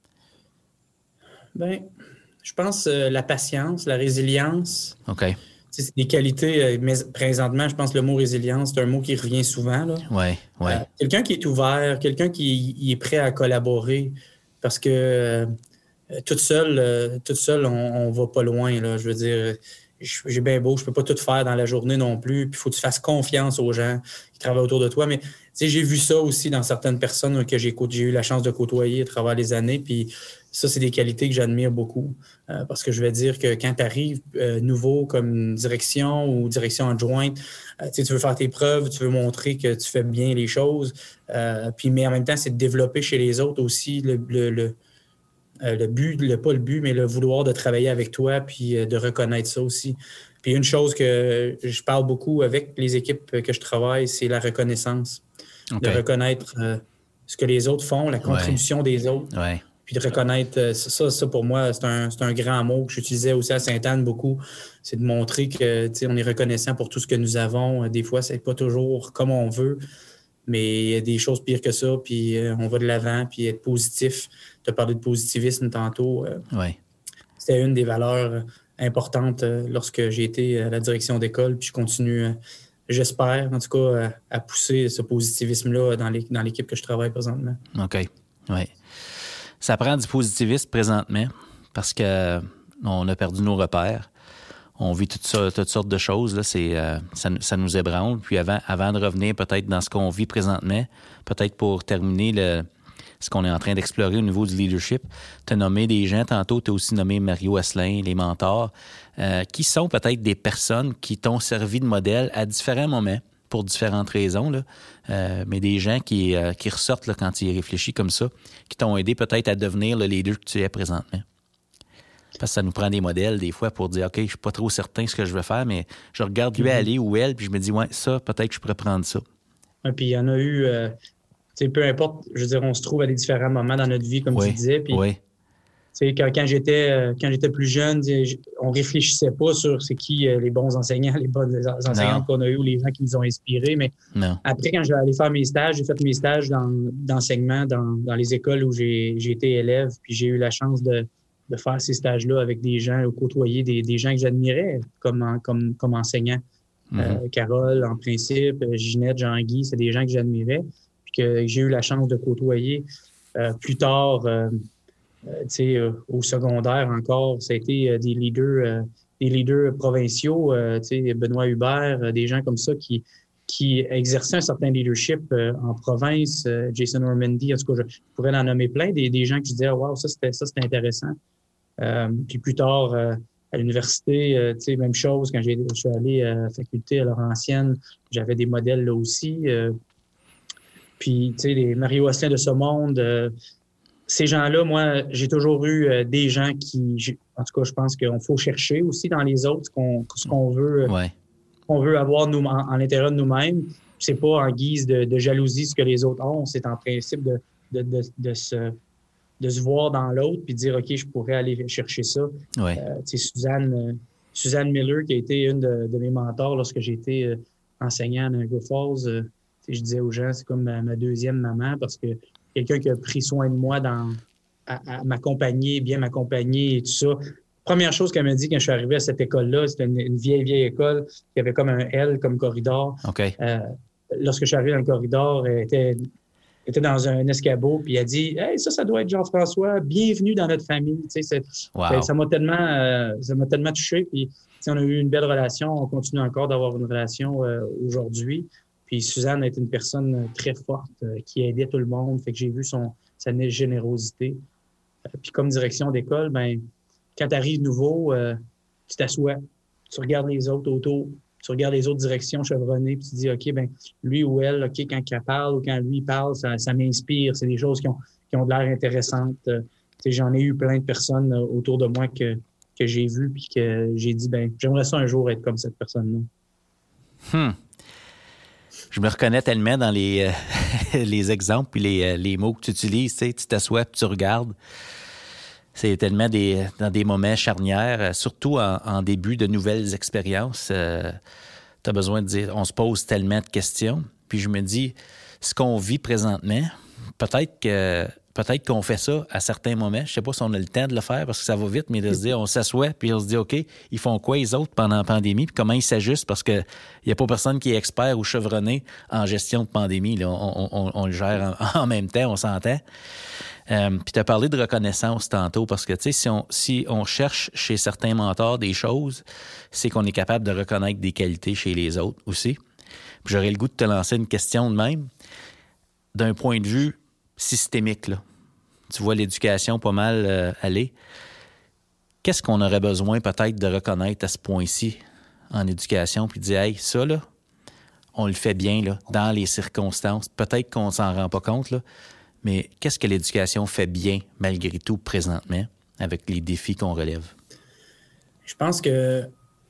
Bien, je pense euh, la patience, la résilience. OK. C'est des qualités, euh, mais présentement, je pense que le mot résilience, c'est un mot qui revient souvent. Là. Ouais, ouais. Euh, quelqu'un qui est ouvert, quelqu'un qui il est prêt à collaborer parce que. Euh, Toute seule, euh, toute seule, on, on va pas loin. Là. Je veux dire, j'ai bien beau, je peux pas tout faire dans la journée non plus. Puis il faut que tu fasses confiance aux gens qui travaillent autour de toi. Mais j'ai vu ça aussi dans certaines personnes que j'ai, j'ai eu la chance de côtoyer à travers les années. Puis ça, c'est des qualités que j'admire beaucoup. Euh, parce que je vais dire que quand tu arrives euh, nouveau comme direction ou direction adjointe, euh, tu veux faire tes preuves, tu veux montrer que tu fais bien les choses. Euh, puis, mais en même temps, c'est de développer chez les autres aussi le, le, le Euh, le but, le, pas le but, mais le vouloir de travailler avec toi puis euh, de reconnaître ça aussi. Puis une chose que je parle beaucoup avec les équipes que je travaille, c'est la reconnaissance. Okay. De reconnaître euh, ce que les autres font, la contribution ouais. des autres. Ouais. Puis de reconnaître, euh, ça, ça pour moi, c'est un, c'est un grand mot que j'utilisais aussi à Sainte-Anne beaucoup. C'est de montrer que, tu sais, on est reconnaissant pour tout ce que nous avons. Des fois, c'est pas toujours comme on veut. Mais il y a des choses pires que ça, puis euh, on va de l'avant, puis être positif. Tu as parlé de positivisme tantôt. Euh, oui. C'était une des valeurs importantes euh, lorsque j'ai été à la direction d'école, puis je continue, euh, j'espère, en tout cas, à, à pousser ce positivisme-là dans, les, dans l'équipe que je travaille présentement. OK, oui. Ça prend du positivisme présentement parce qu'on a perdu nos repères. On vit toutes, ça, toutes sortes de choses. Là. C'est, euh, ça, ça nous ébranle. Puis avant, avant de revenir peut-être dans ce qu'on vit présentement, peut-être pour terminer le, ce qu'on est en train d'explorer au niveau du leadership, tu as nommé des gens, tantôt tu as aussi nommé Mario Asselin, les mentors, euh, qui sont peut-être des personnes qui t'ont servi de modèle à différents moments, pour différentes raisons, là. Euh, mais des gens qui, euh, qui ressortent là, quand tu y réfléchis comme ça, qui t'ont aidé peut-être à devenir le leader que tu es présentement. Parce que ça nous prend des modèles, des fois, pour dire, OK, je suis pas trop certain de ce que je veux faire, mais je regarde lui mm-hmm. aller ou elle, puis je me dis, ouais, ça, peut-être que je pourrais prendre ça. Ouais, puis il y en a eu, euh, tu sais, peu importe, je veux dire, on se trouve à des différents moments dans notre vie, comme oui, tu disais. Puis, oui. Quand, quand j'étais quand j'étais plus jeune, on réfléchissait pas sur c'est qui les bons enseignants, les bonnes enseignantes qu'on a eues ou les gens qui nous ont inspirés. Mais non. Après, quand je vais aller faire mes stages, j'ai fait mes stages dans, d'enseignement dans, dans les écoles où j'ai, j'ai été élève. Puis j'ai eu la chance de, de faire ces stages-là avec des gens, ou côtoyer des, des gens que j'admirais comme, comme, comme enseignants. Mm-hmm. Euh, Carole, en principe, Ginette, Jean-Guy, c'est des gens que j'admirais. Puis que j'ai eu la chance de côtoyer. Euh, plus tard, euh, Euh, euh, au secondaire encore, ça a été euh, des leaders, euh, des leaders provinciaux, euh, Benoît Hubert, euh, des gens comme ça qui, qui exerçaient un certain leadership euh, en province, euh, Jason Ormandy, en tout cas, je, je pourrais en nommer plein, des, des gens qui disaient, wow, ça c'était, ça c'était intéressant. Euh, puis plus tard, euh, à l'université, euh, même chose, quand j'ai, je suis allé à la faculté à Laurentienne, j'avais des modèles là aussi. Euh, puis, tu sais, les Mario Asselin de ce monde, euh, ces gens-là, moi, j'ai toujours eu euh, des gens qui, en tout cas, je pense qu'il faut chercher aussi dans les autres ce qu'on, ce qu'on veut, ouais. qu'on veut avoir nous, en, en l'intérieur de nous-mêmes. C'est pas en guise de, de jalousie ce que les autres ont, c'est en principe de, de, de, de, se, de se voir dans l'autre puis de dire, OK, je pourrais aller chercher ça. Ouais. Euh, tu sais, Suzanne, euh, Suzanne Miller, qui a été une de, de mes mentors lorsque j'ai été euh, enseignant à Niagara Falls, euh, je disais aux gens, c'est comme ma, ma deuxième maman parce que quelqu'un qui a pris soin de moi dans, à, à m'accompagner, bien m'accompagner et tout ça. Première chose qu'elle m'a dit quand je suis arrivé à cette école-là, c'était une, une vieille, vieille école qui avait comme un L comme corridor. Okay. Euh, lorsque je suis arrivé dans le corridor, elle était, elle était dans un escabeau, puis elle a dit « Hey, ça, ça doit être Jean-François, bienvenue dans notre famille. » Tu sais, c'est, wow. ça m'a tellement, euh, ça m'a tellement touché. Puis, on a eu une belle relation. On continue encore d'avoir une relation euh, aujourd'hui. Puis Suzanne est une personne très forte euh, qui aidait tout le monde. Fait que j'ai vu son, sa générosité. Euh, puis comme direction d'école, ben quand tu arrives nouveau, euh, tu t'assois, tu regardes les autres autour, tu regardes les autres directions chevronnées, puis tu dis, OK, ben lui ou elle, OK, quand elle parle ou quand lui parle, ça, ça m'inspire. C'est des choses qui ont, qui ont de l'air intéressantes. Euh, j'en ai eu plein de personnes euh, autour de moi que, que j'ai vues, puis que j'ai dit, ben j'aimerais ça un jour être comme cette personne-là. Hmm. Je me reconnais tellement dans les, euh, les exemples et les, les mots que tu utilises. Tu sais, tu t'assois, tu regardes. C'est tellement des, dans des moments charnières, surtout en, en début de nouvelles expériences. Euh, tu as besoin de dire, on se pose tellement de questions. Puis je me dis, ce qu'on vit présentement, peut-être que peut-être qu'on fait ça à certains moments. Je sais pas si on a le temps de le faire parce que ça va vite, mais de se dire, on s'assoit puis on se dit, OK, ils font quoi les autres pendant la pandémie puis comment ils s'ajustent parce qu'il n'y a pas personne qui est expert ou chevronné en gestion de pandémie. Là. On, on, on le gère en, en même temps, on s'entend. Euh, puis tu as parlé de reconnaissance tantôt parce que, tu sais, si on, si on cherche chez certains mentors des choses, c'est qu'on est capable de reconnaître des qualités chez les autres aussi. Puis j'aurais le goût de te lancer une question de même. D'un point de vue systémique, là. Tu vois l'éducation pas mal euh, aller. Qu'est-ce qu'on aurait besoin peut-être de reconnaître à ce point-ci en éducation puis de dire, hey, ça, là, on le fait bien, là, dans les circonstances. Peut-être qu'on s'en rend pas compte, là, mais qu'est-ce que l'éducation fait bien, malgré tout, présentement, avec les défis qu'on relève? Je pense que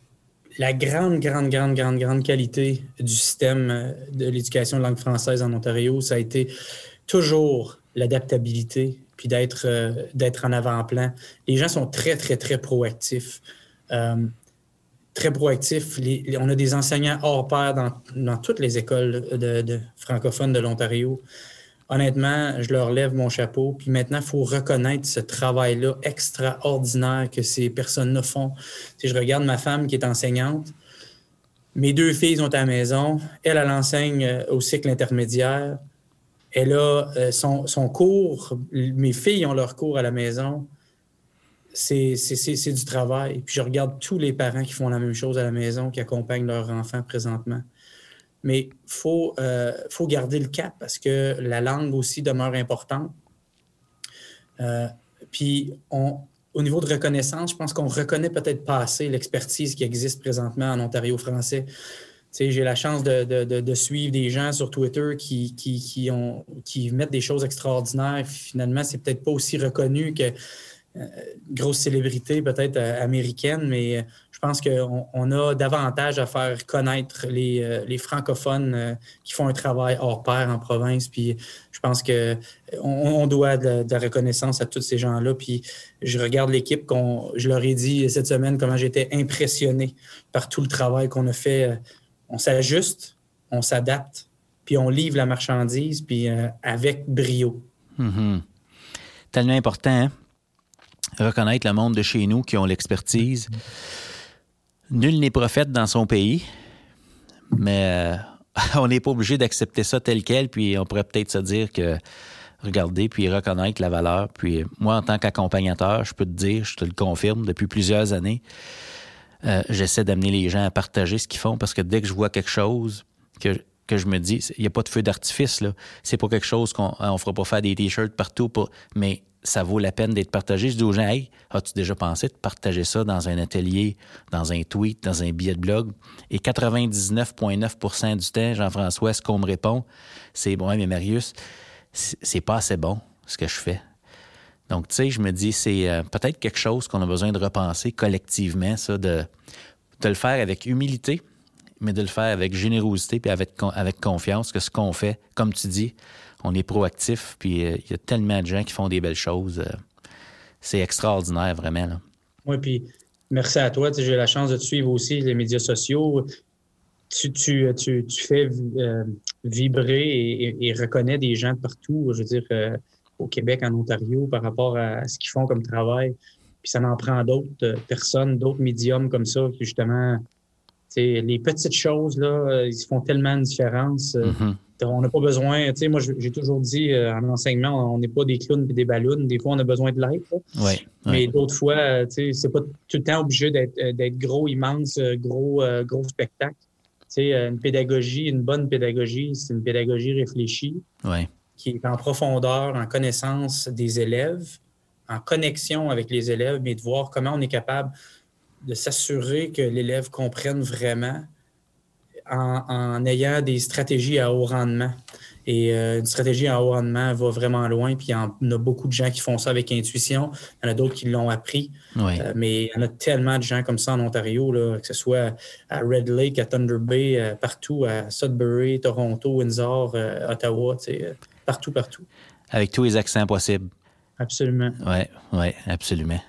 la grande, grande, grande, grande, grande qualité du système de l'éducation de langue française en Ontario, ça a été toujours l'adaptabilité puis d'être, euh, d'être en avant-plan. Les gens sont très, très, très proactifs. Euh, très proactifs. Les, les, on a des enseignants hors pair dans, dans toutes les écoles de, de francophones de l'Ontario. Honnêtement, je leur lève mon chapeau. Puis maintenant, il faut reconnaître ce travail-là extraordinaire que ces personnes-là font. Si je regarde ma femme qui est enseignante, mes deux filles sont à la maison. Elle, elle enseigne au cycle intermédiaire. Elle a euh, son, son cours. Mes filles ont leur cours à la maison. C'est, c'est, c'est, c'est du travail. Puis je regarde tous les parents qui font la même chose à la maison, qui accompagnent leurs enfants présentement. Mais il faut, euh, faut garder le cap parce que la langue aussi demeure importante. Euh, puis, on, au niveau de reconnaissance, je pense qu'on reconnaît peut-être pas assez l'expertise qui existe présentement en Ontario français. Tu sais, j'ai la chance de, de, de, de suivre des gens sur Twitter qui, qui, qui, ont, qui mettent des choses extraordinaires. Finalement, c'est peut-être pas aussi reconnu que euh, grosse célébrité peut-être euh, américaine, mais euh, je pense qu'on on a davantage à faire connaître les, euh, les francophones euh, qui font un travail hors pair en province. Puis je pense qu'on on doit de la, de la reconnaissance à tous ces gens-là. Puis je regarde l'équipe, qu'on, je leur ai dit cette semaine comment j'étais impressionné par tout le travail qu'on a fait. On s'ajuste, on s'adapte, puis on livre la marchandise, puis euh, avec brio. Mm-hmm. Tellement important, hein? Reconnaître le monde de chez nous qui ont l'expertise. Nul n'est prophète dans son pays, mais euh, on n'est pas obligé d'accepter ça tel quel, puis on pourrait peut-être se dire que, regarder, puis reconnaître la valeur. Puis moi, en tant qu'accompagnateur, je peux te dire, je te le confirme, depuis plusieurs années, euh, j'essaie d'amener les gens à partager ce qu'ils font, parce que dès que je vois quelque chose que, que je me dis, il n'y a pas de feu d'artifice, là. C'est pas quelque chose qu'on ne fera pas faire des T-shirts partout, pour, mais ça vaut la peine d'être partagé. Je dis aux gens, hey, as-tu déjà pensé de partager ça dans un atelier, dans un tweet, dans un billet de blog? Et quatre-vingt-dix-neuf virgule neuf pour cent du temps, Jean-François, ce qu'on me répond, c'est, bon, mais Marius, c'est pas assez bon, ce que je fais. Donc, tu sais, je me dis, c'est euh, peut-être quelque chose qu'on a besoin de repenser collectivement, ça, de, de le faire avec humilité, mais de le faire avec générosité puis avec, avec confiance, que ce qu'on fait, comme tu dis, on est proactif, puis il euh, y a tellement de gens qui font des belles choses. Euh, c'est extraordinaire, vraiment, là. Oui, puis merci à toi. Tu sais, j'ai la chance de te suivre aussi, les médias sociaux. Tu, tu, tu, tu fais euh, vibrer et, et, et reconnais des gens de partout, je veux dire, euh, au Québec, en Ontario, par rapport à ce qu'ils font comme travail. Puis ça en prend d'autres personnes, d'autres médiums comme ça, qui justement, tu sais, les petites choses, là, ils font tellement de différence. Mm-hmm. On n'a pas besoin, tu sais, moi, j'ai toujours dit euh, en enseignement, on n'est pas des clowns et des ballons. Des fois, on a besoin de l'aide. Oui, mais oui. d'autres fois, tu sais, c'est pas tout le temps obligé d'être, d'être gros, immense, gros, euh, gros spectacle. Tu sais, une pédagogie, une bonne pédagogie, c'est une pédagogie réfléchie, oui. qui est en profondeur, en connaissance des élèves, en connexion avec les élèves, mais de voir comment on est capable de s'assurer que l'élève comprenne vraiment en, en ayant des stratégies à haut rendement. Et euh, une stratégie à haut rendement va vraiment loin, puis il y en a beaucoup de gens qui font ça avec intuition. Il y en a d'autres qui l'ont appris. Oui. Euh, mais il y en a tellement de gens comme ça en Ontario, là, que ce soit à Red Lake, à Thunder Bay, euh, partout, à Sudbury, Toronto, Windsor, euh, Ottawa, tu sais, euh, partout, partout. Avec tous les accents possibles. Absolument. Oui, oui, absolument.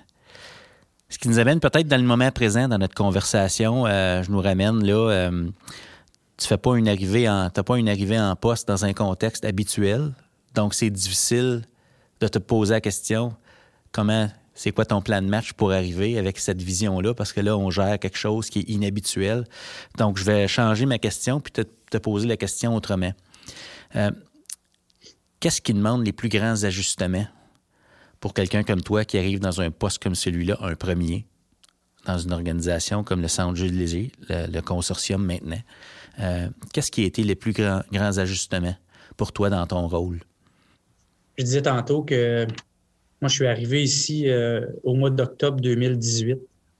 Ce qui nous amène peut-être dans le moment présent, dans notre conversation, euh, je nous ramène là... Euh, tu fais pas une arrivée en, t'as pas une arrivée en poste dans un contexte habituel. Donc, c'est difficile de te poser la question, comment, c'est quoi ton plan de match pour arriver avec cette vision-là? Parce que là, on gère quelque chose qui est inhabituel. Donc, je vais changer ma question puis te, te poser la question autrement. Euh, qu'est-ce qui demande les plus grands ajustements pour quelqu'un comme toi qui arrive dans un poste comme celui-là, un premier, dans une organisation comme le Centre Jules Léger, le, le consortium maintenant? Euh, qu'est-ce qui a été les plus grands, grands ajustements pour toi dans ton rôle? Je disais tantôt que moi, je suis arrivé ici euh, au mois d'octobre deux mille dix-huit.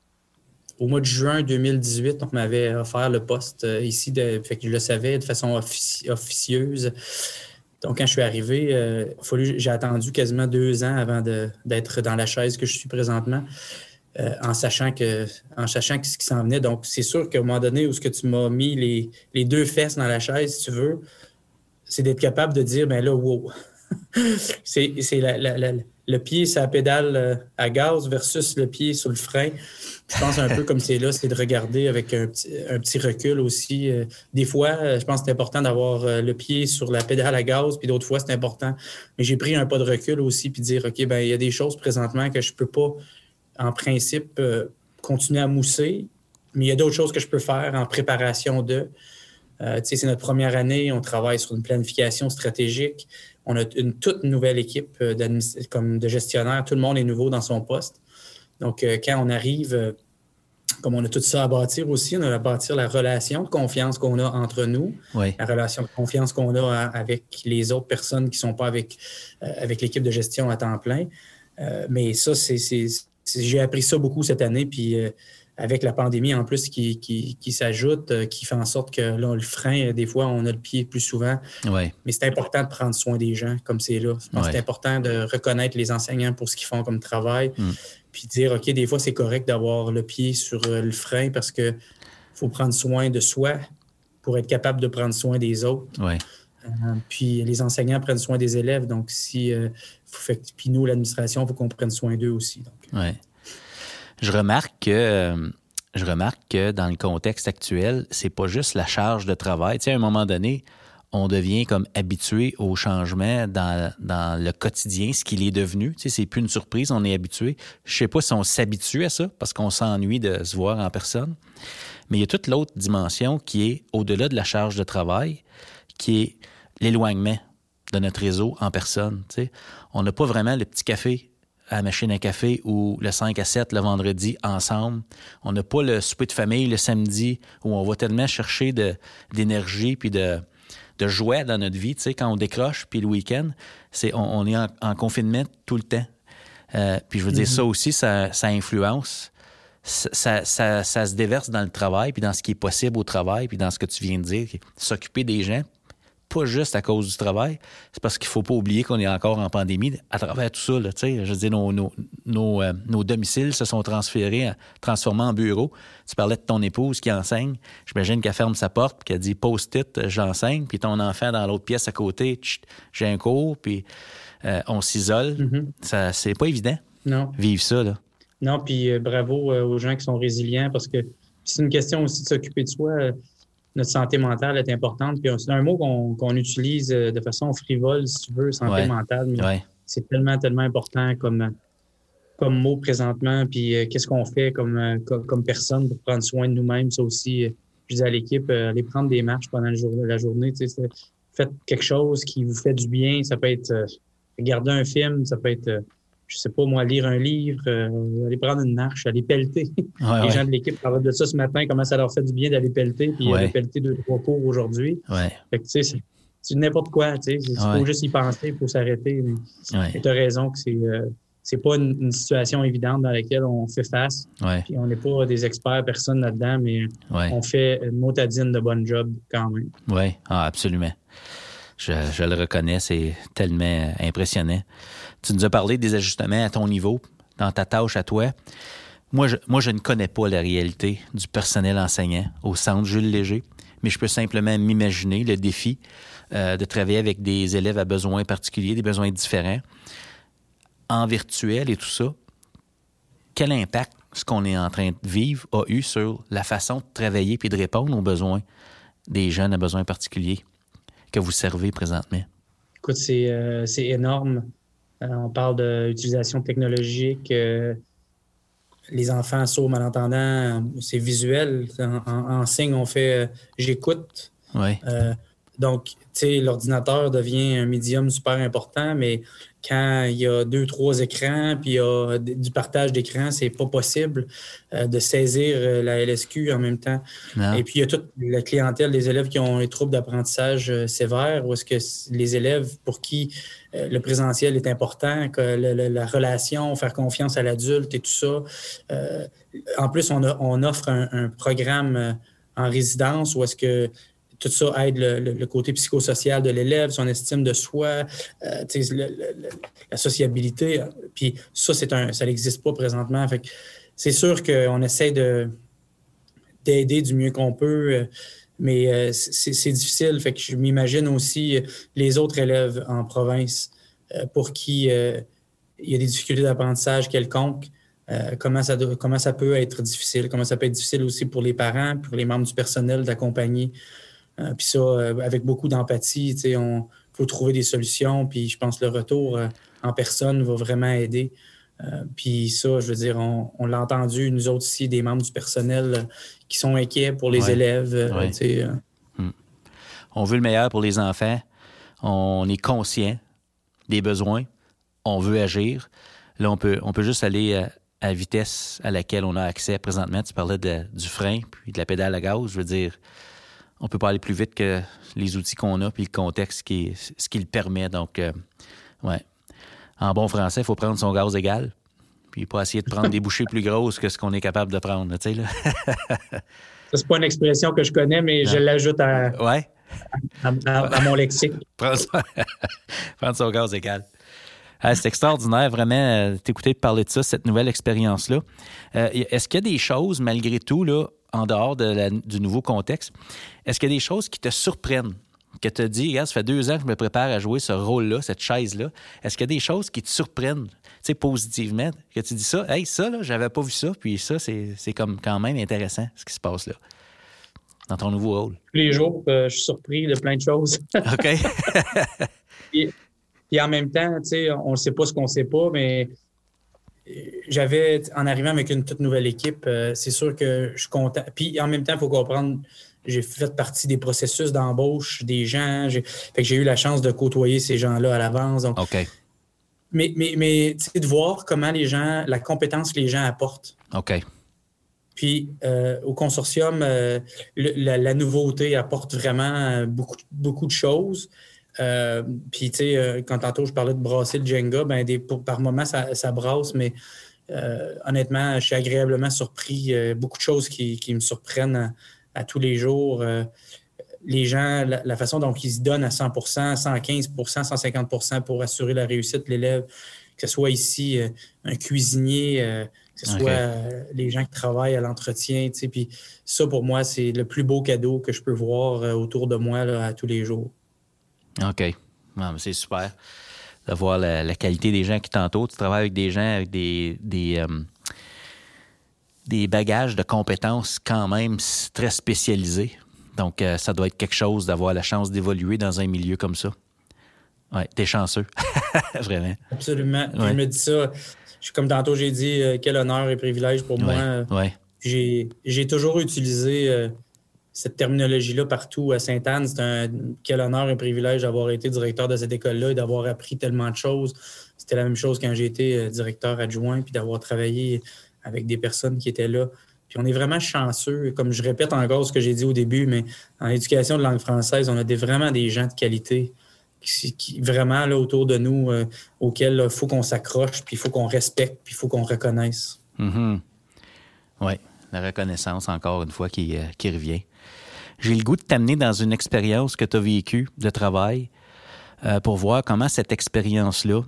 Au mois de juin deux mille dix-huit, on m'avait offert le poste euh, ici, de, fait que je le savais de façon offici- officieuse. Donc, quand je suis arrivé, euh, fallu, j'ai attendu quasiment deux ans avant de, d'être dans la chaise que je suis présentement. Euh, en sachant que en sachant ce qui s'en venait. Donc, c'est sûr qu'à un moment donné où ce que tu m'as mis les, les deux fesses dans la chaise, si tu veux, c'est d'être capable de dire, ben là, wow. c'est c'est la, la, la, le pied sur la pédale à gaz versus le pied sur le frein. Je pense un peu comme c'est là, c'est de regarder avec un petit, un petit recul aussi. Des fois, je pense que c'est important d'avoir le pied sur la pédale à gaz, puis d'autres fois, c'est important. Mais j'ai pris un pas de recul aussi, puis dire, OK, ben il y a des choses présentement que je peux pas en principe, euh, continuer à mousser, mais il y a d'autres choses que je peux faire en préparation de. Euh, tu sais, c'est notre première année, on travaille sur une planification stratégique. On a une toute nouvelle équipe comme de gestionnaires. Tout le monde est nouveau dans son poste. Donc, euh, quand on arrive, euh, comme on a tout ça à bâtir aussi, on a à bâtir la relation de confiance qu'on a entre nous, oui. La relation de confiance qu'on a avec les autres personnes qui ne sont pas avec, euh, avec l'équipe de gestion à temps plein. Euh, mais ça, c'est... c'est J'ai appris ça beaucoup cette année, puis euh, avec la pandémie en plus qui, qui, qui s'ajoute, euh, qui fait en sorte que là, le frein, des fois, on a le pied plus souvent. Ouais. Mais c'est important de prendre soin des gens comme c'est là. Je pense ouais. que c'est important de reconnaître les enseignants pour ce qu'ils font comme travail. Mm. Puis dire, OK, des fois, c'est correct d'avoir le pied sur le frein parce qu'il faut prendre soin de soi pour être capable de prendre soin des autres. Ouais. Euh, puis les enseignants prennent soin des élèves. Donc, si... Euh, fait, puis nous, l'administration, il faut qu'on prenne soin d'eux aussi. Donc. Ouais. Je remarque que... Euh... Je remarque que dans le contexte actuel, c'est pas juste la charge de travail. Tu sais, à un moment donné, on devient comme habitué au changement dans, dans le quotidien, ce qu'il est devenu. Tu sais, c'est plus une surprise, on est habitué. Je sais pas si on s'habitue à ça, parce qu'on s'ennuie de se voir en personne. Mais il y a toute l'autre dimension qui est au-delà de la charge de travail, qui est l'éloignement de notre réseau en personne. Tu sais, on n'a pas vraiment le petit café à la machine à café ou le cinq à sept le vendredi ensemble. On n'a pas le souper de famille le samedi où on va tellement chercher de, d'énergie puis de, de joie dans notre vie, tu sais, quand on décroche, puis le week-end, c'est, on, on est en, en confinement tout le temps. Euh, puis je veux mm-hmm. dire, ça aussi, ça, ça influence. Ça, ça, ça, ça se déverse dans le travail, puis dans ce qui est possible au travail, puis dans ce que tu viens de dire, s'occuper des gens, pas juste à cause du travail, c'est parce qu'il ne faut pas oublier qu'on est encore en pandémie à travers tout ça. Là, je veux dire, nos, nos, nos, euh, nos domiciles se sont transférés, transformés en bureaux. Tu parlais de ton épouse qui enseigne. J'imagine qu'elle ferme sa porte et qu'elle dit « post-it, j'enseigne », puis ton enfant dans l'autre pièce à côté, tchit, j'ai un cours, puis euh, on s'isole. Mm-hmm. Ça, c'est pas évident. Non. Vivre ça, là. Non, puis euh, bravo euh, aux gens qui sont résilients parce que c'est une question aussi de s'occuper de soi. Euh, Notre santé mentale est importante. Puis c'est un mot qu'on, qu'on utilise de façon frivole, si tu veux, santé ouais. mentale. Mais ouais. c'est tellement, tellement important comme, comme mot présentement. Puis euh, qu'est-ce qu'on fait comme, euh, comme, comme personne pour prendre soin de nous-mêmes? Ça aussi, euh, je dis à l'équipe, euh, allez prendre des marches pendant le jour, la journée. Tu sais, faites quelque chose qui vous fait du bien. Ça peut être euh, regarder un film, ça peut être... Euh, je sais pas, moi, lire un livre, euh, aller prendre une marche, aller pelleter. Ouais, Les ouais. gens de l'équipe parlaient de ça ce matin, comment ça leur fait du bien d'aller pelleter, puis ouais. aller pelleter deux, trois cours aujourd'hui. Ouais. Fait que, tu sais, c'est, c'est n'importe quoi, tu sais. Il faut ouais. juste y penser, il faut s'arrêter. Mais ouais. tu as raison que c'est, euh, c'est pas une, une situation évidente dans laquelle on fait face. Ouais. Puis on n'est pas des experts, personne là-dedans, mais ouais. on fait une motadine de bon job quand même. Oui, ah, absolument. Je, je le reconnais, c'est tellement impressionnant. Tu nous as parlé des ajustements à ton niveau, dans ta tâche à toi. Moi, je, moi, je ne connais pas la réalité du personnel enseignant au Centre Jules Léger, mais je peux simplement m'imaginer le défi euh, de travailler avec des élèves à besoins particuliers, des besoins différents, en virtuel et tout ça. Quel impact ce qu'on est en train de vivre a eu sur la façon de travailler et de répondre aux besoins des jeunes à besoins particuliers que vous servez présentement? Écoute, c'est, euh, c'est énorme. Euh, on parle d'utilisation technologique. Euh, les enfants sourds malentendants, c'est visuel. En, en, en signe, on fait euh, « j'écoute oui. ». Donc, tu sais, l'ordinateur devient un médium super important, mais quand il y a deux, trois écrans, puis il y a du partage d'écran, c'est pas possible euh, de saisir euh, la L S Q en même temps. Non. Et puis, il y a toute la clientèle des élèves qui ont des troubles d'apprentissage euh, sévères, où est-ce que les élèves pour qui euh, le présentiel est important, que le, le, la relation, faire confiance à l'adulte et tout ça. Euh, en plus, on, a, on offre un, un programme euh, en résidence où est-ce que tout ça aide le, le, le côté psychosocial de l'élève, son estime de soi, euh, le, le, la sociabilité. Puis ça, c'est un, ça n'existe pas présentement. Fait que c'est sûr qu'on essaie de, d'aider du mieux qu'on peut, mais c'est, c'est difficile. Fait que je m'imagine aussi les autres élèves en province pour qui euh, il y a des difficultés d'apprentissage quelconques. Euh, comment, ça, comment ça peut être difficile, comment ça peut être difficile aussi pour les parents, pour les membres du personnel d'accompagner. Euh, puis ça, euh, avec beaucoup d'empathie, tu sais, on faut trouver des solutions. Puis je pense que le retour euh, en personne va vraiment aider. Euh, puis ça, je veux dire, on, on l'a entendu, nous autres ici, des membres du personnel euh, qui sont inquiets pour les ouais. élèves. Euh, ouais. tu sais, euh. hum. On veut le meilleur pour les enfants. On est conscient des besoins. On veut agir. Là, on peut, on peut juste aller à, à la vitesse à laquelle on a accès présentement. Tu parlais de, du frein puis de la pédale à gaz. Je veux dire, on peut pas aller plus vite que les outils qu'on a puis le contexte qui, ce qui le permet. Donc, euh, ouais. En bon français, il faut prendre son gaz égal. Puis pas essayer de prendre des bouchées plus grosses que ce qu'on est capable de prendre, tu sais, là. Ça, c'est pas une expression que je connais, mais non. Je l'ajoute à, ouais. à, à, à mon lexique. Prendre son, Prendre son gaz égal. Ah, c'est extraordinaire, vraiment, euh, t'écouter parler de ça, cette nouvelle expérience-là. Euh, est-ce qu'il y a des choses, malgré tout, là, en dehors de la, du nouveau contexte, est-ce qu'il y a des choses qui te surprennent? Que tu te dis, regarde, ça fait deux ans que je me prépare à jouer ce rôle-là, cette chaise-là. Est-ce qu'il y a des choses qui te surprennent, tu sais, positivement, que tu dis ça, hey, ça, là, j'avais pas vu ça, puis ça, c'est, c'est comme quand même intéressant, ce qui se passe là, dans ton nouveau rôle? Tous les jours, euh, je suis surpris de plein de choses. OK. et, et en même temps, tu sais, on ne sait pas ce qu'on ne sait pas, mais j'avais, en arrivant avec une toute nouvelle équipe, euh, c'est sûr que je suis content. Puis en même temps, il faut comprendre, j'ai fait partie des processus d'embauche des gens. J'ai, fait que j'ai eu la chance de côtoyer ces gens-là à l'avance. Donc, OK. Mais, mais, mais tu sais, de voir comment les gens, la compétence que les gens apportent. OK. Puis euh, au consortium, euh, le, la, la nouveauté apporte vraiment beaucoup, beaucoup de choses. Euh, puis, tu sais, euh, quand tantôt je parlais de brasser le Jenga, ben des, pour, par moment, ça, ça brasse, mais euh, honnêtement, je suis agréablement surpris. Euh, beaucoup de choses qui, qui me surprennent à, à tous les jours. Euh, les gens, la, la façon dont ils se donnent à cent pour cent, cent quinze pour cent, cent cinquante pour cent pour assurer la réussite de l'élève, que ce soit ici euh, un cuisinier, euh, que ce soit okay. euh, les gens qui travaillent à l'entretien. Tu sais, puis ça, pour moi, c'est le plus beau cadeau que je peux voir euh, autour de moi là, à tous les jours. OK. Non, mais c'est super de voir la, la qualité des gens qui t'entourent. Tu travailles avec des gens avec des, des, euh, des bagages de compétences quand même très spécialisés. Donc, euh, ça doit être quelque chose d'avoir la chance d'évoluer dans un milieu comme ça. Oui, t'es chanceux. Vraiment. Absolument. Ouais. Je me dis ça. Je, comme tantôt, j'ai dit, euh, quel honneur et privilège pour ouais. moi. Ouais. J'ai, j'ai toujours utilisé... Euh, cette terminologie-là partout à Sainte-Anne. C'est un quel honneur et privilège d'avoir été directeur de cette école-là et d'avoir appris tellement de choses. C'était la même chose quand j'ai été directeur adjoint puis d'avoir travaillé avec des personnes qui étaient là. Puis on est vraiment chanceux. Comme je répète encore ce que j'ai dit au début, mais en éducation de langue française, on a des, vraiment des gens de qualité qui, qui vraiment là autour de nous euh, auxquels il faut qu'on s'accroche, puis il faut qu'on respecte, puis il faut qu'on reconnaisse. Mm-hmm. Oui, la reconnaissance, encore une fois, qui, euh, qui revient. J'ai le goût de t'amener dans une expérience que tu as vécue de travail euh, pour voir comment cette expérience-là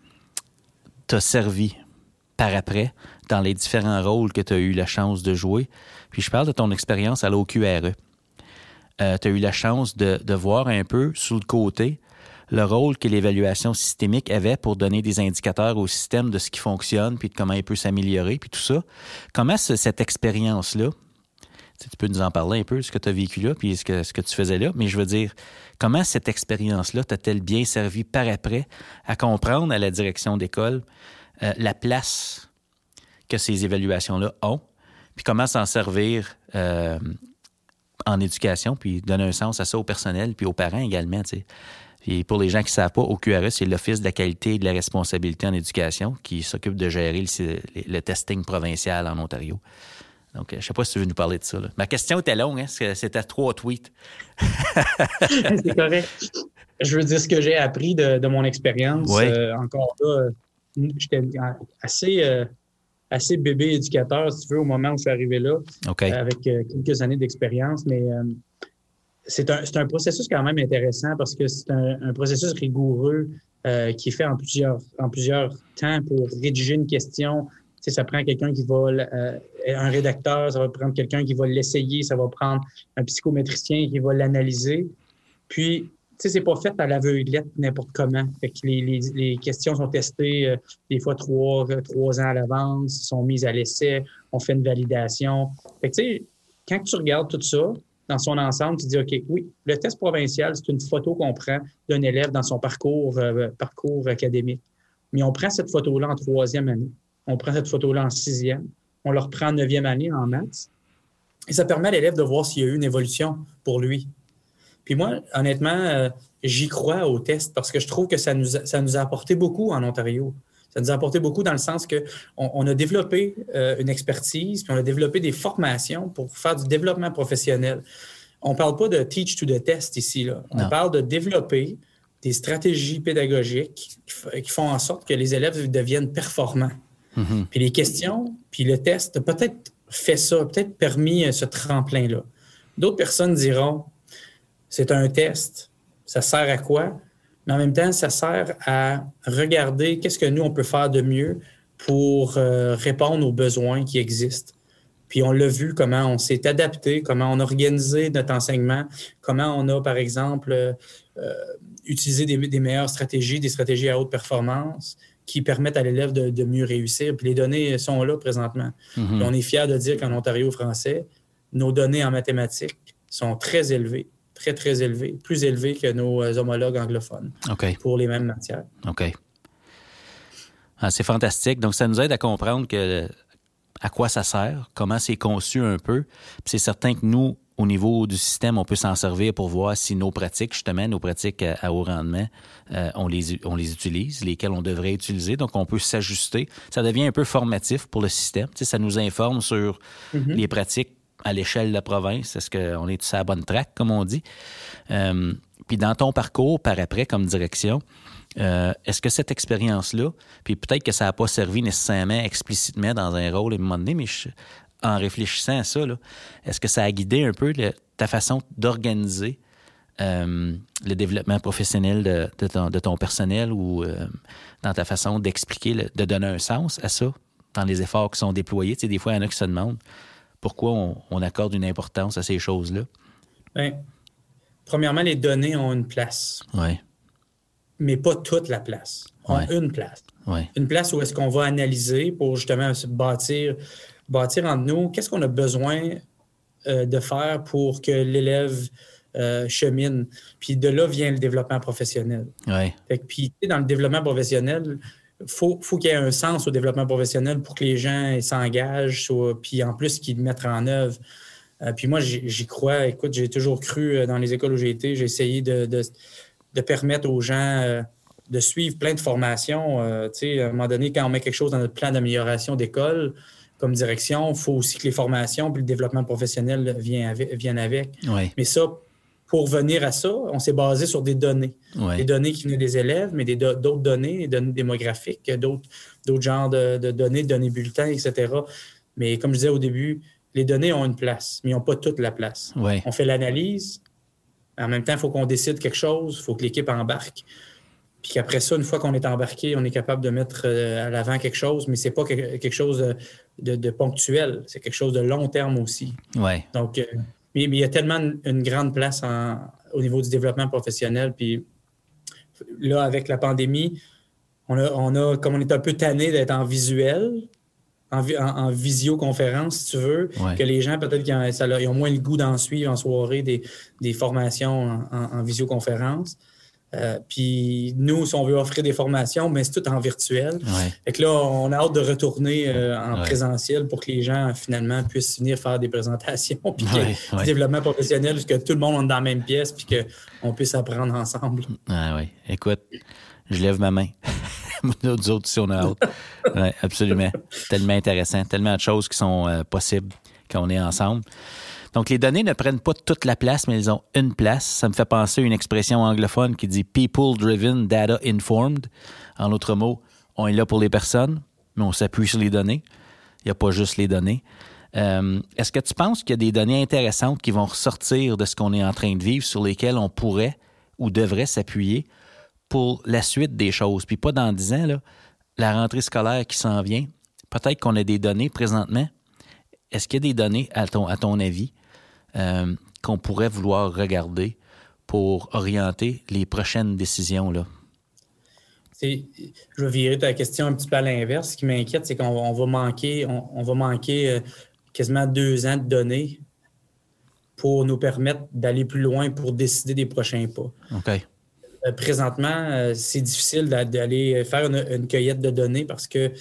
t'a servi par après dans les différents rôles que tu as eu la chance de jouer. Puis je parle de ton expérience à l'O Q R E. Euh, tu as eu la chance de, de voir un peu sous le côté le rôle que l'évaluation systémique avait pour donner des indicateurs au système de ce qui fonctionne puis de comment il peut s'améliorer puis tout ça. Comment ce, cette expérience-là, tu peux nous en parler un peu, ce que tu as vécu là, puis ce que, ce que tu faisais là. Mais je veux dire, comment cette expérience-là t'a-t-elle bien servi par après à comprendre à la direction d'école euh, la place que ces évaluations-là ont, puis comment s'en servir euh, en éducation, puis donner un sens à ça au personnel, puis aux parents également, tu sais. Puis pour les gens qui ne savent pas, O Q R E, c'est l'Office de la qualité et de la responsabilité en éducation qui s'occupe de gérer le, le testing provincial en Ontario. Donc, je ne sais pas si tu veux nous parler de ça. Là. Ma question était longue, hein? C'était trois tweets. C'est correct. Je veux dire ce que j'ai appris de, de mon expérience. Oui. Euh, encore là, j'étais assez, euh, assez bébé éducateur, si tu veux, au moment où je suis arrivé là, okay. euh, avec euh, quelques années d'expérience. Mais euh, c'est, un, c'est un processus quand même intéressant parce que c'est un, un processus rigoureux euh, qui est fait en plusieurs, en plusieurs temps pour rédiger une question. Tu sais, ça prend quelqu'un qui va, euh, un rédacteur, ça va prendre quelqu'un qui va l'essayer, ça va prendre un psychométricien qui va l'analyser. Puis, tu sais, c'est pas fait à l'aveuglette n'importe comment. Fait que les, les, les questions sont testées euh, des fois trois, trois ans à l'avance, sont mises à l'essai, on fait une validation. Fait que, tu sais, quand tu regardes tout ça dans son ensemble, tu te dis, OK, oui, le test provincial, c'est une photo qu'on prend d'un élève dans son parcours, euh, parcours académique. Mais on prend cette photo-là en troisième année. On prend cette photo-là en sixième, on le reprend en neuvième année en maths, et ça permet à l'élève de voir s'il y a eu une évolution pour lui. Puis moi, honnêtement, euh, j'y crois au test parce que je trouve que ça nous a, ça nous a apporté beaucoup en Ontario. Ça nous a apporté beaucoup dans le sens qu'on on a développé euh, une expertise, puis on a développé des formations pour faire du développement professionnel. On ne parle pas de « teach to the test » ici, là. On non. parle de développer des stratégies pédagogiques qui font en sorte que les élèves deviennent performants. Mm-hmm. Puis les questions, puis le test a peut-être fait ça, a peut-être permis ce tremplin-là. D'autres personnes diront, c'est un test, ça sert à quoi? Mais en même temps, ça sert à regarder qu'est-ce que nous, on peut faire de mieux pour euh, répondre aux besoins qui existent. Puis on l'a vu, comment on s'est adapté, comment on a organisé notre enseignement, comment on a, par exemple, euh, utilisé des, des meilleures stratégies, des stratégies à haute performance qui permettent à l'élève de, de mieux réussir. Puis les données sont là présentement. Mm-hmm. Puis on est fiers de dire qu'en Ontario français, nos données en mathématiques sont très élevées, très, très élevées, plus élevées que nos homologues anglophones okay. pour les mêmes matières. OK. Ah, c'est fantastique. Donc, ça nous aide à comprendre que, à quoi ça sert, comment c'est conçu un peu. Puis c'est certain que nous, au niveau du système, on peut s'en servir pour voir si nos pratiques, justement, nos pratiques à, à haut rendement, euh, on, les, on les utilise, lesquelles on devrait utiliser. Donc, on peut s'ajuster. Ça devient un peu formatif pour le système. Tu sais, ça nous informe sur mm-hmm. les pratiques à l'échelle de la province. Est-ce qu'on est sur la bonne track, comme on dit? Euh, puis dans ton parcours, par après, comme direction, euh, est-ce que cette expérience-là, puis peut-être que ça n'a pas servi nécessairement explicitement dans un rôle à un moment donné, mais je, en réfléchissant à ça, là, est-ce que ça a guidé un peu le, ta façon d'organiser euh, le développement professionnel de, de, ton, de ton personnel ou euh, dans ta façon d'expliquer, le, de donner un sens à ça dans les efforts qui sont déployés? Tu sais, des fois, il y en a qui se demandent pourquoi on, on accorde une importance à ces choses-là. Bien, premièrement, les données ont une place. Oui. Mais pas toute la place. Ont ouais. une place. Ouais. Une place où est-ce qu'on va analyser pour justement se bâtir, bâtir entre nous qu'est-ce qu'on a besoin euh, de faire pour que l'élève euh, chemine. Puis de là vient le développement professionnel. Ouais. Fait que, puis dans le développement professionnel, il faut, faut qu'il y ait un sens au développement professionnel pour que les gens s'engagent, soit, puis en plus qu'ils le mettent en œuvre. Euh, puis moi, j'y, j'y crois. Écoute, j'ai toujours cru dans les écoles où j'ai été. J'ai essayé de... de de permettre aux gens euh, de suivre plein de formations. Euh, tu sais, à un moment donné, quand on met quelque chose dans notre plan d'amélioration d'école comme direction, il faut aussi que les formations puis le développement professionnel viennent avec. Viennent avec. Oui. Mais ça, pour venir à ça, on s'est basé sur des données. Oui. Des données qui venaient des élèves, mais des do- d'autres données, des données démographiques, d'autres, d'autres genres de, de données, de données bulletins, et cetera. Mais comme je disais au début, les données ont une place, mais ils n'ont pas toute la place. Oui. On fait l'analyse. En même temps, il faut qu'on décide quelque chose, il faut que l'équipe embarque. Puis qu'après ça, une fois qu'on est embarqué, on est capable de mettre à l'avant quelque chose, mais ce n'est pas quelque chose de, de, de ponctuel, c'est quelque chose de long terme aussi. Ouais. Donc, euh, mais, mais il y a tellement une, une grande place en, au niveau du développement professionnel. Puis là, avec la pandémie, on a, on a comme on est un peu tanné d'être en visuel, En, en, en visioconférence, si tu veux, ouais. que les gens, peut-être qu'ils ont, ça, ils ont moins le goût d'en suivre en soirée des, des formations en, en, en visioconférence. Euh, puis nous, si on veut offrir des formations, mais c'est tout en virtuel. Ouais. Fait que là, on a hâte de retourner euh, en ouais. présentiel pour que les gens, finalement, puissent venir faire des présentations puis ouais. que ouais. du développement professionnel, que tout le monde est dans la même pièce puis qu'on puisse apprendre ensemble. Ah oui. Écoute, je lève ma main. Nous autres, si on a hâte. Oui, absolument. Tellement intéressant. Tellement de choses qui sont euh, possibles quand on est ensemble. Donc, les données ne prennent pas toute la place, mais elles ont une place. Ça me fait penser à une expression anglophone qui dit « people-driven, data-informed ». En d'autres mots, on est là pour les personnes, mais on s'appuie sur les données. Il n'y a pas juste les données. Euh, est-ce que tu penses qu'il y a des données intéressantes qui vont ressortir de ce qu'on est en train de vivre, sur lesquelles on pourrait ou devrait s'appuyer pour la suite des choses? Puis pas dans dix ans, là, la rentrée scolaire qui s'en vient, peut-être qu'on a des données présentement. Est-ce qu'il y a des données, à ton, à ton avis, euh, qu'on pourrait vouloir regarder pour orienter les prochaines décisions, là? C'est, je vais virer ta question un petit peu à l'inverse. Ce qui m'inquiète, c'est qu'on on va manquer, on, on va manquer euh, quasiment deux ans de données pour nous permettre d'aller plus loin pour décider des prochains pas. OK. Euh, présentement, euh, c'est difficile d'aller faire une, une cueillette de données parce que,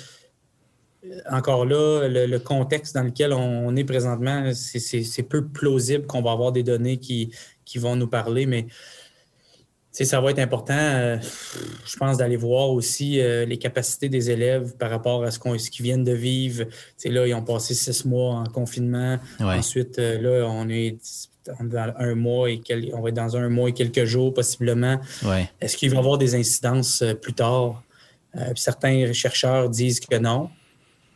encore là, le, le contexte dans lequel on est présentement, c'est, c'est, c'est peu plausible qu'on va avoir des données qui, qui vont nous parler, mais ça va être important, euh, je pense, d'aller voir aussi euh, les capacités des élèves par rapport à ce, qu'on, ce qu'ils viennent de vivre. T'sais, là, ils ont passé six mois en confinement. Ouais. Ensuite, euh, là, on est dans un mois et quel, on va être dans un mois et quelques jours possiblement. Ouais. Est-ce qu'il va y avoir des incidences euh, plus tard? Euh, puis certains chercheurs disent que non.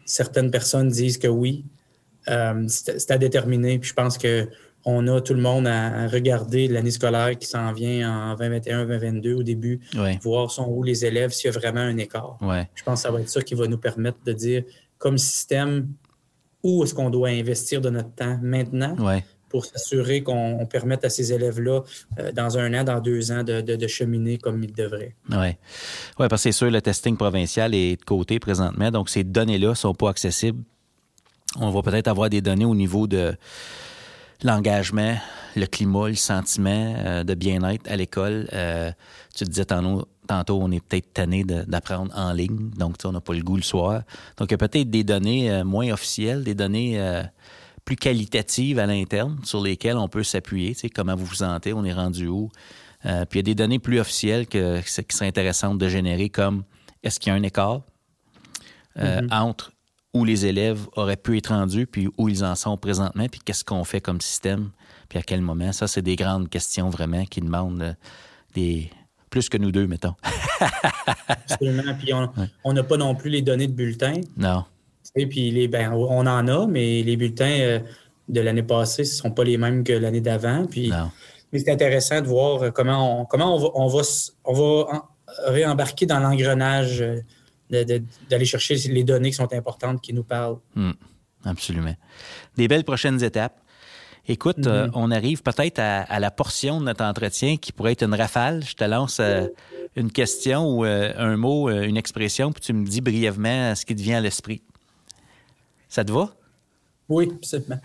certaines personnes disent que oui. Euh, c'est, c'est à déterminer. Puis je pense qu'on a tout le monde à, à regarder l'année scolaire qui s'en vient en vingt vingt et un vingt vingt-deux au début, ouais. voir sont où les élèves, s'il y a vraiment un écart. Ouais. Je pense que ça va être ça qui va nous permettre de dire, comme système, où est-ce qu'on doit investir de notre temps maintenant ouais. pour s'assurer qu'on on permette à ces élèves-là, euh, dans un an, dans deux ans, de, de, de cheminer comme ils devraient. Oui, ouais, parce que c'est sûr, le testing provincial est de côté présentement, donc ces données-là ne sont pas accessibles. On va peut-être avoir des données au niveau de l'engagement, le climat, le sentiment euh, de bien-être à l'école. Euh, tu te disais tantôt, tantôt on est peut-être tanné de, d'apprendre en ligne, donc on n'a pas le goût le soir. Donc, il y a peut-être des données euh, moins officielles, des données euh, plus qualitatives à l'interne sur lesquelles on peut s'appuyer. Tu sais, comment vous vous sentez, on est rendu où? Euh, puis, il y a des données plus officielles que, qui seraient intéressantes de générer, comme est-ce qu'il y a un écart euh, mm-hmm. entre où les élèves auraient pu être rendus, puis où ils en sont présentement, puis qu'est-ce qu'on fait comme système, puis à quel moment. Ça, c'est des grandes questions vraiment qui demandent euh, des... plus que nous deux, mettons. Absolument. Puis on n'a ouais. pas non plus les données de bulletins. Non. Et puis les, ben, on en a, mais les bulletins euh, de l'année passée, ce ne sont pas les mêmes que l'année d'avant. Puis, non. Mais c'est intéressant de voir comment on, comment on va, on va, on va en, réembarquer dans l'engrenage euh, De, de, d'aller chercher les données qui sont importantes, qui nous parlent. Mmh, absolument. Des belles prochaines étapes. Écoute, mm-hmm. euh, on arrive peut-être à, à la portion de notre entretien qui pourrait être une rafale. Je te lance euh, une question ou euh, un mot, euh, une expression, puis tu me dis brièvement ce qui te vient à l'esprit. Ça te va? Oui, absolument.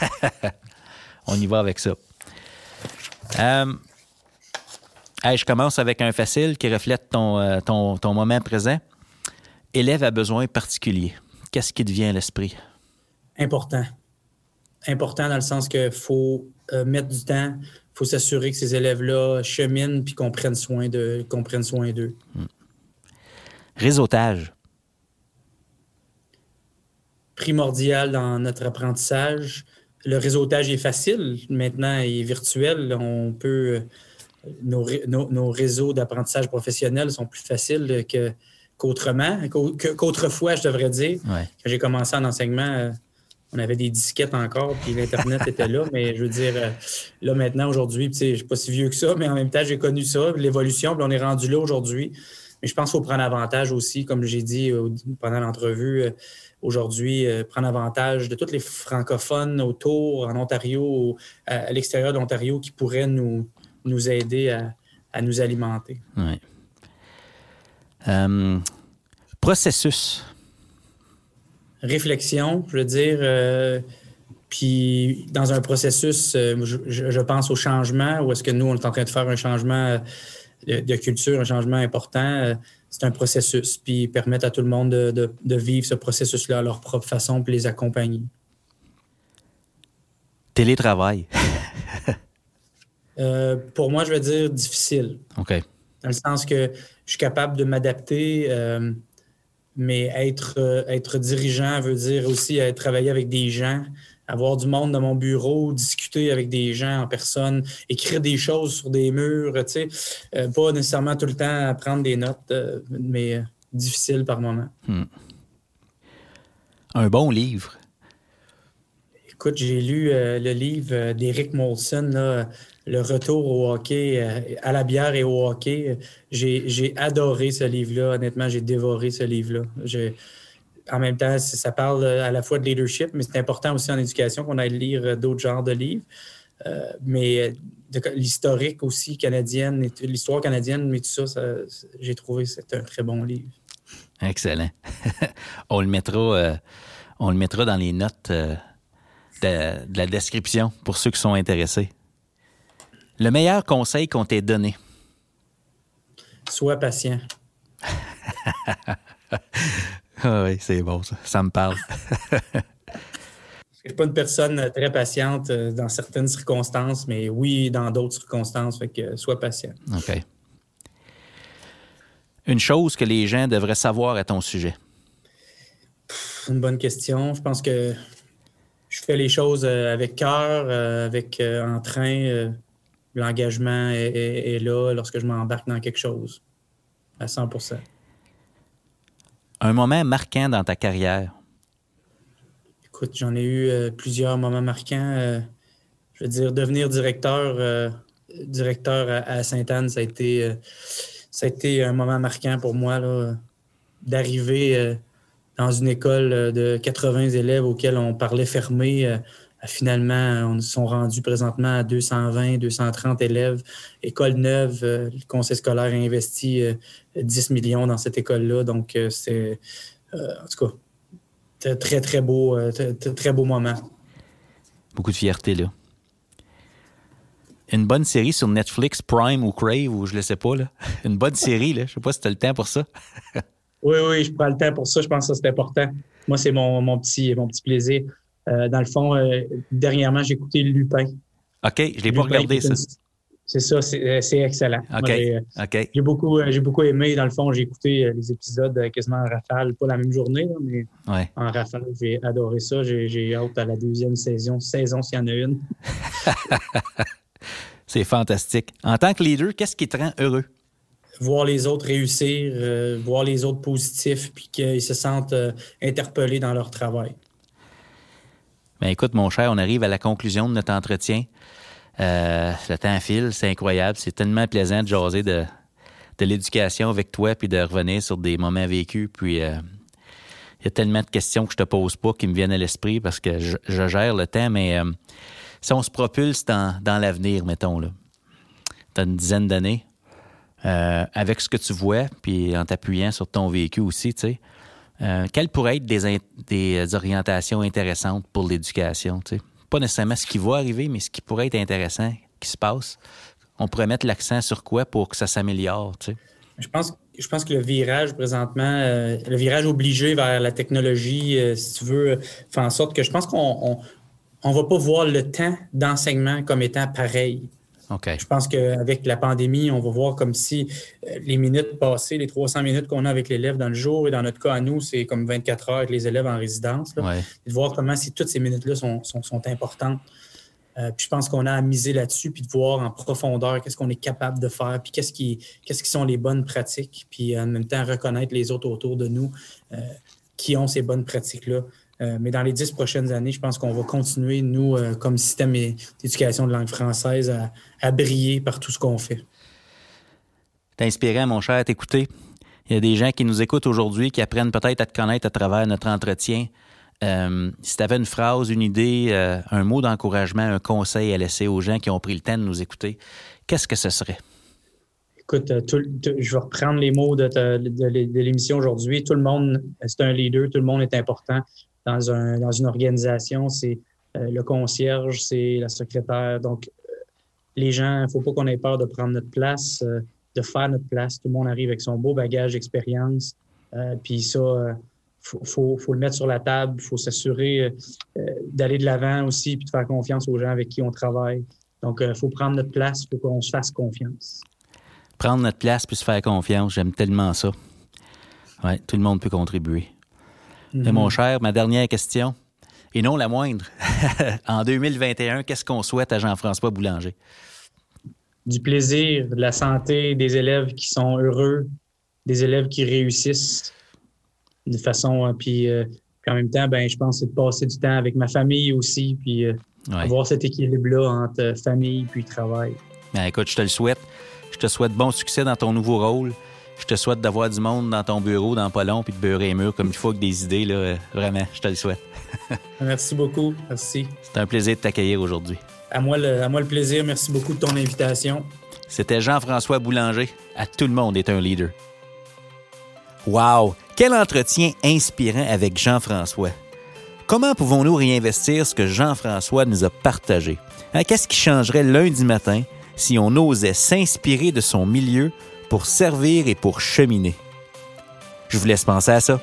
On y va avec ça. Euh, hey, je commence avec un facile qui reflète ton, euh, ton, ton moment présent. Élève à besoin particulier. Qu'est-ce qui te vient à l'esprit? Important. Important dans le sens qu'il faut euh, mettre du temps, il faut s'assurer que ces élèves-là cheminent puis qu'on prenne soin de, qu'on prenne soin d'eux. Hum. Réseautage. Primordial dans notre apprentissage. Le réseautage est facile. Maintenant, il est virtuel. On peut... Nos, nos, nos réseaux d'apprentissage professionnel sont plus faciles que... qu'autrement, qu'autrefois, je devrais dire. Ouais. Quand j'ai commencé en enseignement, on avait des disquettes encore, puis l'Internet était là, mais je veux dire, là, maintenant, aujourd'hui, tu sais, je ne suis pas si vieux que ça, mais en même temps, j'ai connu ça, l'évolution, puis on est rendu là aujourd'hui. Mais je pense qu'il faut prendre avantage aussi, comme j'ai dit pendant l'entrevue, aujourd'hui, prendre avantage de tous les francophones autour, en Ontario, à l'extérieur de l'Ontario, qui pourraient nous, nous aider à, à nous alimenter. Oui. Euh, processus. Réflexion, je veux dire. Euh, puis, dans un processus, euh, je, je pense au changement, où est-ce que nous, on est en train de faire un changement de, de culture, un changement important. Euh, c'est un processus, puis permettre à tout le monde de, de, de vivre ce processus-là à leur propre façon, puis les accompagner. Télétravail. euh, pour moi, je veux dire difficile. OK. Dans le sens que je suis capable de m'adapter, euh, mais être, euh, être dirigeant veut dire aussi euh, travailler avec des gens, avoir du monde dans mon bureau, discuter avec des gens en personne, écrire des choses sur des murs, tu sais, euh, pas nécessairement tout le temps à prendre des notes, euh, mais euh, difficile par moment. Hmm. Un bon livre. Écoute, j'ai lu euh, le livre d'Éric Molson, là, Le retour au hockey, euh, à la bière et au hockey. J'ai, j'ai adoré ce livre-là. Honnêtement, j'ai dévoré ce livre-là. J'ai, en même temps, ça parle à la fois de leadership, mais c'est important aussi en éducation qu'on aille lire d'autres genres de livres. Euh, mais de, l'historique aussi canadienne, l'histoire canadienne, mais tout ça, ça j'ai trouvé que c'était un très bon livre. Excellent. on le mettra, euh, on le mettra dans les notes euh, de, de la description pour ceux qui sont intéressés. Le meilleur conseil qu'on t'ait donné? Sois patient. Ah oui, c'est bon, ça. Ça me parle. Je ne suis pas une personne très patiente dans certaines circonstances, mais oui, dans d'autres circonstances. Fait que sois patient. OK. Une chose que les gens devraient savoir à ton sujet? Pff, une bonne question. Je pense que je fais les choses avec cœur, avec entrain. L'engagement est, est, est là lorsque je m'embarque dans quelque chose, à cent pour cent. Un moment marquant dans ta carrière écoute, j'en ai eu euh, plusieurs moments marquants. Euh, je veux dire, devenir directeur, euh, directeur à, à Sainte-Anne, ça a été, euh, ça a été un moment marquant pour moi, là, d'arriver euh, dans une école de quatre-vingts élèves auxquels on parlait fermé. Euh, finalement, on sont rendus présentement à deux cent vingt, deux cent trente élèves. École neuve, euh, le conseil scolaire a investi euh, dix millions dans cette école-là. Donc, euh, c'est, euh, en tout cas, très, très beau, euh, très, très beau moment. Beaucoup de fierté, là. Une bonne série sur Netflix, Prime ou Crave, ou je le sais pas, là. Une bonne série, là. Je sais pas si tu as le temps pour ça. Oui, oui, je prends le temps pour ça. Je pense que ça, c'est important. Moi, c'est mon, mon, petit, mon petit plaisir. Euh, dans le fond, euh, dernièrement, j'ai écouté Lupin. OK, je ne l'ai pas regardé, ça. Une... C'est ça, c'est, c'est excellent. OK, Moi, j'ai, OK. J'ai beaucoup, j'ai beaucoup aimé. Dans le fond, j'ai écouté les épisodes quasiment en rafale. Pas la même journée, là, mais ouais. en rafale. J'ai adoré ça. J'ai, j'ai hâte à la deuxième saison, saison s'il y en a une. C'est fantastique. En tant que leader, qu'est-ce qui te rend heureux? Voir les autres réussir, euh, voir les autres positifs, puis qu'ils se sentent euh, interpellés dans leur travail. Bien, écoute, mon cher, on arrive à la conclusion de notre entretien. Euh, le temps file, c'est incroyable. C'est tellement plaisant de jaser de, de l'éducation avec toi puis de revenir sur des moments vécus. Puis, il euh, y a tellement de questions que je te pose pas qui me viennent à l'esprit parce que je, je gère le temps, mais euh, si on se propulse dans, dans l'avenir, mettons, là, t'as une dizaine d'années, euh, avec ce que tu vois, puis en t'appuyant sur ton vécu aussi, tu sais, euh, quelles pourraient être des, in- des orientations intéressantes pour l'éducation, tu sais? Pas nécessairement ce qui va arriver, mais ce qui pourrait être intéressant, qui se passe. On pourrait mettre l'accent sur quoi pour que ça s'améliore, tu sais? Je pense, je pense que le virage présentement, euh, le virage obligé vers la technologie, euh, si tu veux, fait en sorte que je pense qu'on on, on va pas voir le temps d'enseignement comme étant pareil. Okay. Je pense qu'avec la pandémie, on va voir comme si euh, les minutes passées, les trois cents minutes qu'on a avec l'élève dans le jour, et dans notre cas à nous, c'est comme vingt-quatre heures avec les élèves en résidence. Là, ouais. De voir comment si toutes ces minutes-là sont, sont, sont importantes. Euh, puis je pense qu'on a à miser là-dessus, puis de voir en profondeur qu'est-ce qu'on est capable de faire, puis qu'est-ce qui, qu'est-ce qui sont les bonnes pratiques, puis en même temps reconnaître les autres autour de nous euh, qui ont ces bonnes pratiques-là. Euh, mais dans les dix prochaines années, je pense qu'on va continuer, nous, euh, comme système d'éducation de langue française, à, à briller par tout ce qu'on fait. T'es inspirant, mon cher, à t'écouter. Il y a des gens qui nous écoutent aujourd'hui, qui apprennent peut-être à te connaître à travers notre entretien. Euh, si tu avais une phrase, une idée, euh, un mot d'encouragement, un conseil à laisser aux gens qui ont pris le temps de nous écouter, qu'est-ce que ce serait? Écoute, tout, tout, je vais reprendre les mots de, ta, de, de l'émission aujourd'hui. Tout le monde, c'est un leader, tout le monde est important. Dans, un, dans une organisation, c'est euh, le concierge, c'est la secrétaire. Donc, euh, les gens, il ne faut pas qu'on ait peur de prendre notre place, euh, de faire notre place. Tout le monde arrive avec son beau bagage d'expérience. Euh, puis ça, il euh, faut, faut, faut le mettre sur la table. Il faut s'assurer euh, d'aller de l'avant aussi puis de faire confiance aux gens avec qui on travaille. Donc, il euh, faut prendre notre place, il faut qu'on se fasse confiance. Prendre notre place puis se faire confiance, j'aime tellement ça. Oui, tout le monde peut contribuer. Mm-hmm. Et mon cher, ma dernière question, et non la moindre. En deux mille vingt et un, qu'est-ce qu'on souhaite à Jean-François Boulanger? Du plaisir, de la santé, des élèves qui sont heureux, des élèves qui réussissent de façon... Euh, puis, euh, puis en même temps, ben, je pense que c'est de passer du temps avec ma famille aussi, puis euh, ouais. avoir cet équilibre-là entre famille puis travail. Ben, écoute, je te le souhaite. Je te souhaite bon succès dans ton nouveau rôle. Je te souhaite d'avoir du monde dans ton bureau, dans pas long, puis de beurrer les murs comme il faut avec des idées. Là. Vraiment, je te le souhaite. Merci beaucoup. Merci. C'est un plaisir de t'accueillir aujourd'hui. À moi, le, à moi le plaisir. Merci beaucoup de ton invitation. C'était Jean-François Boulanger. À tout le monde est un leader. Wow! Quel entretien inspirant avec Jean-François. Comment pouvons-nous réinvestir ce que Jean-François nous a partagé? Hein, qu'est-ce qui changerait lundi matin si on osait s'inspirer de son milieu pour servir et pour cheminer? Je vous laisse penser à ça.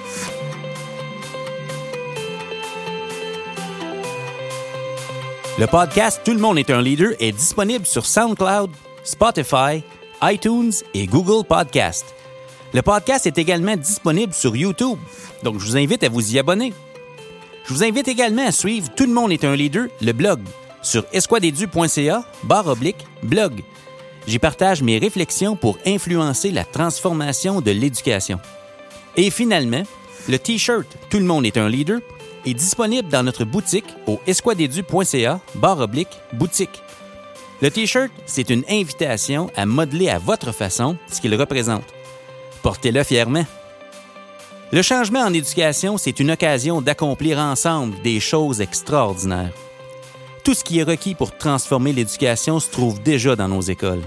Le podcast Tout le monde est un leader est disponible sur SoundCloud, Spotify, iTunes et Google Podcast. Le podcast est également disponible sur YouTube, donc je vous invite à vous y abonner. Je vous invite également à suivre Tout le monde est un leader, le blog, sur esquadedu.ca, barre oblique, blog. J'y partage mes réflexions pour influencer la transformation de l'éducation. Et finalement, le T-shirt « Tout le monde est un leader » est disponible dans notre boutique au esquadedu.ca barre oblique boutique. Le T-shirt, c'est une invitation à modeler à votre façon ce qu'il représente. Portez-le fièrement. Le changement en éducation, c'est une occasion d'accomplir ensemble des choses extraordinaires. Tout ce qui est requis pour transformer l'éducation se trouve déjà dans nos écoles.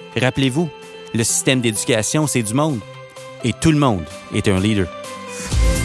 Rappelez-vous, le système d'éducation, c'est du monde. Et tout le monde est un leader.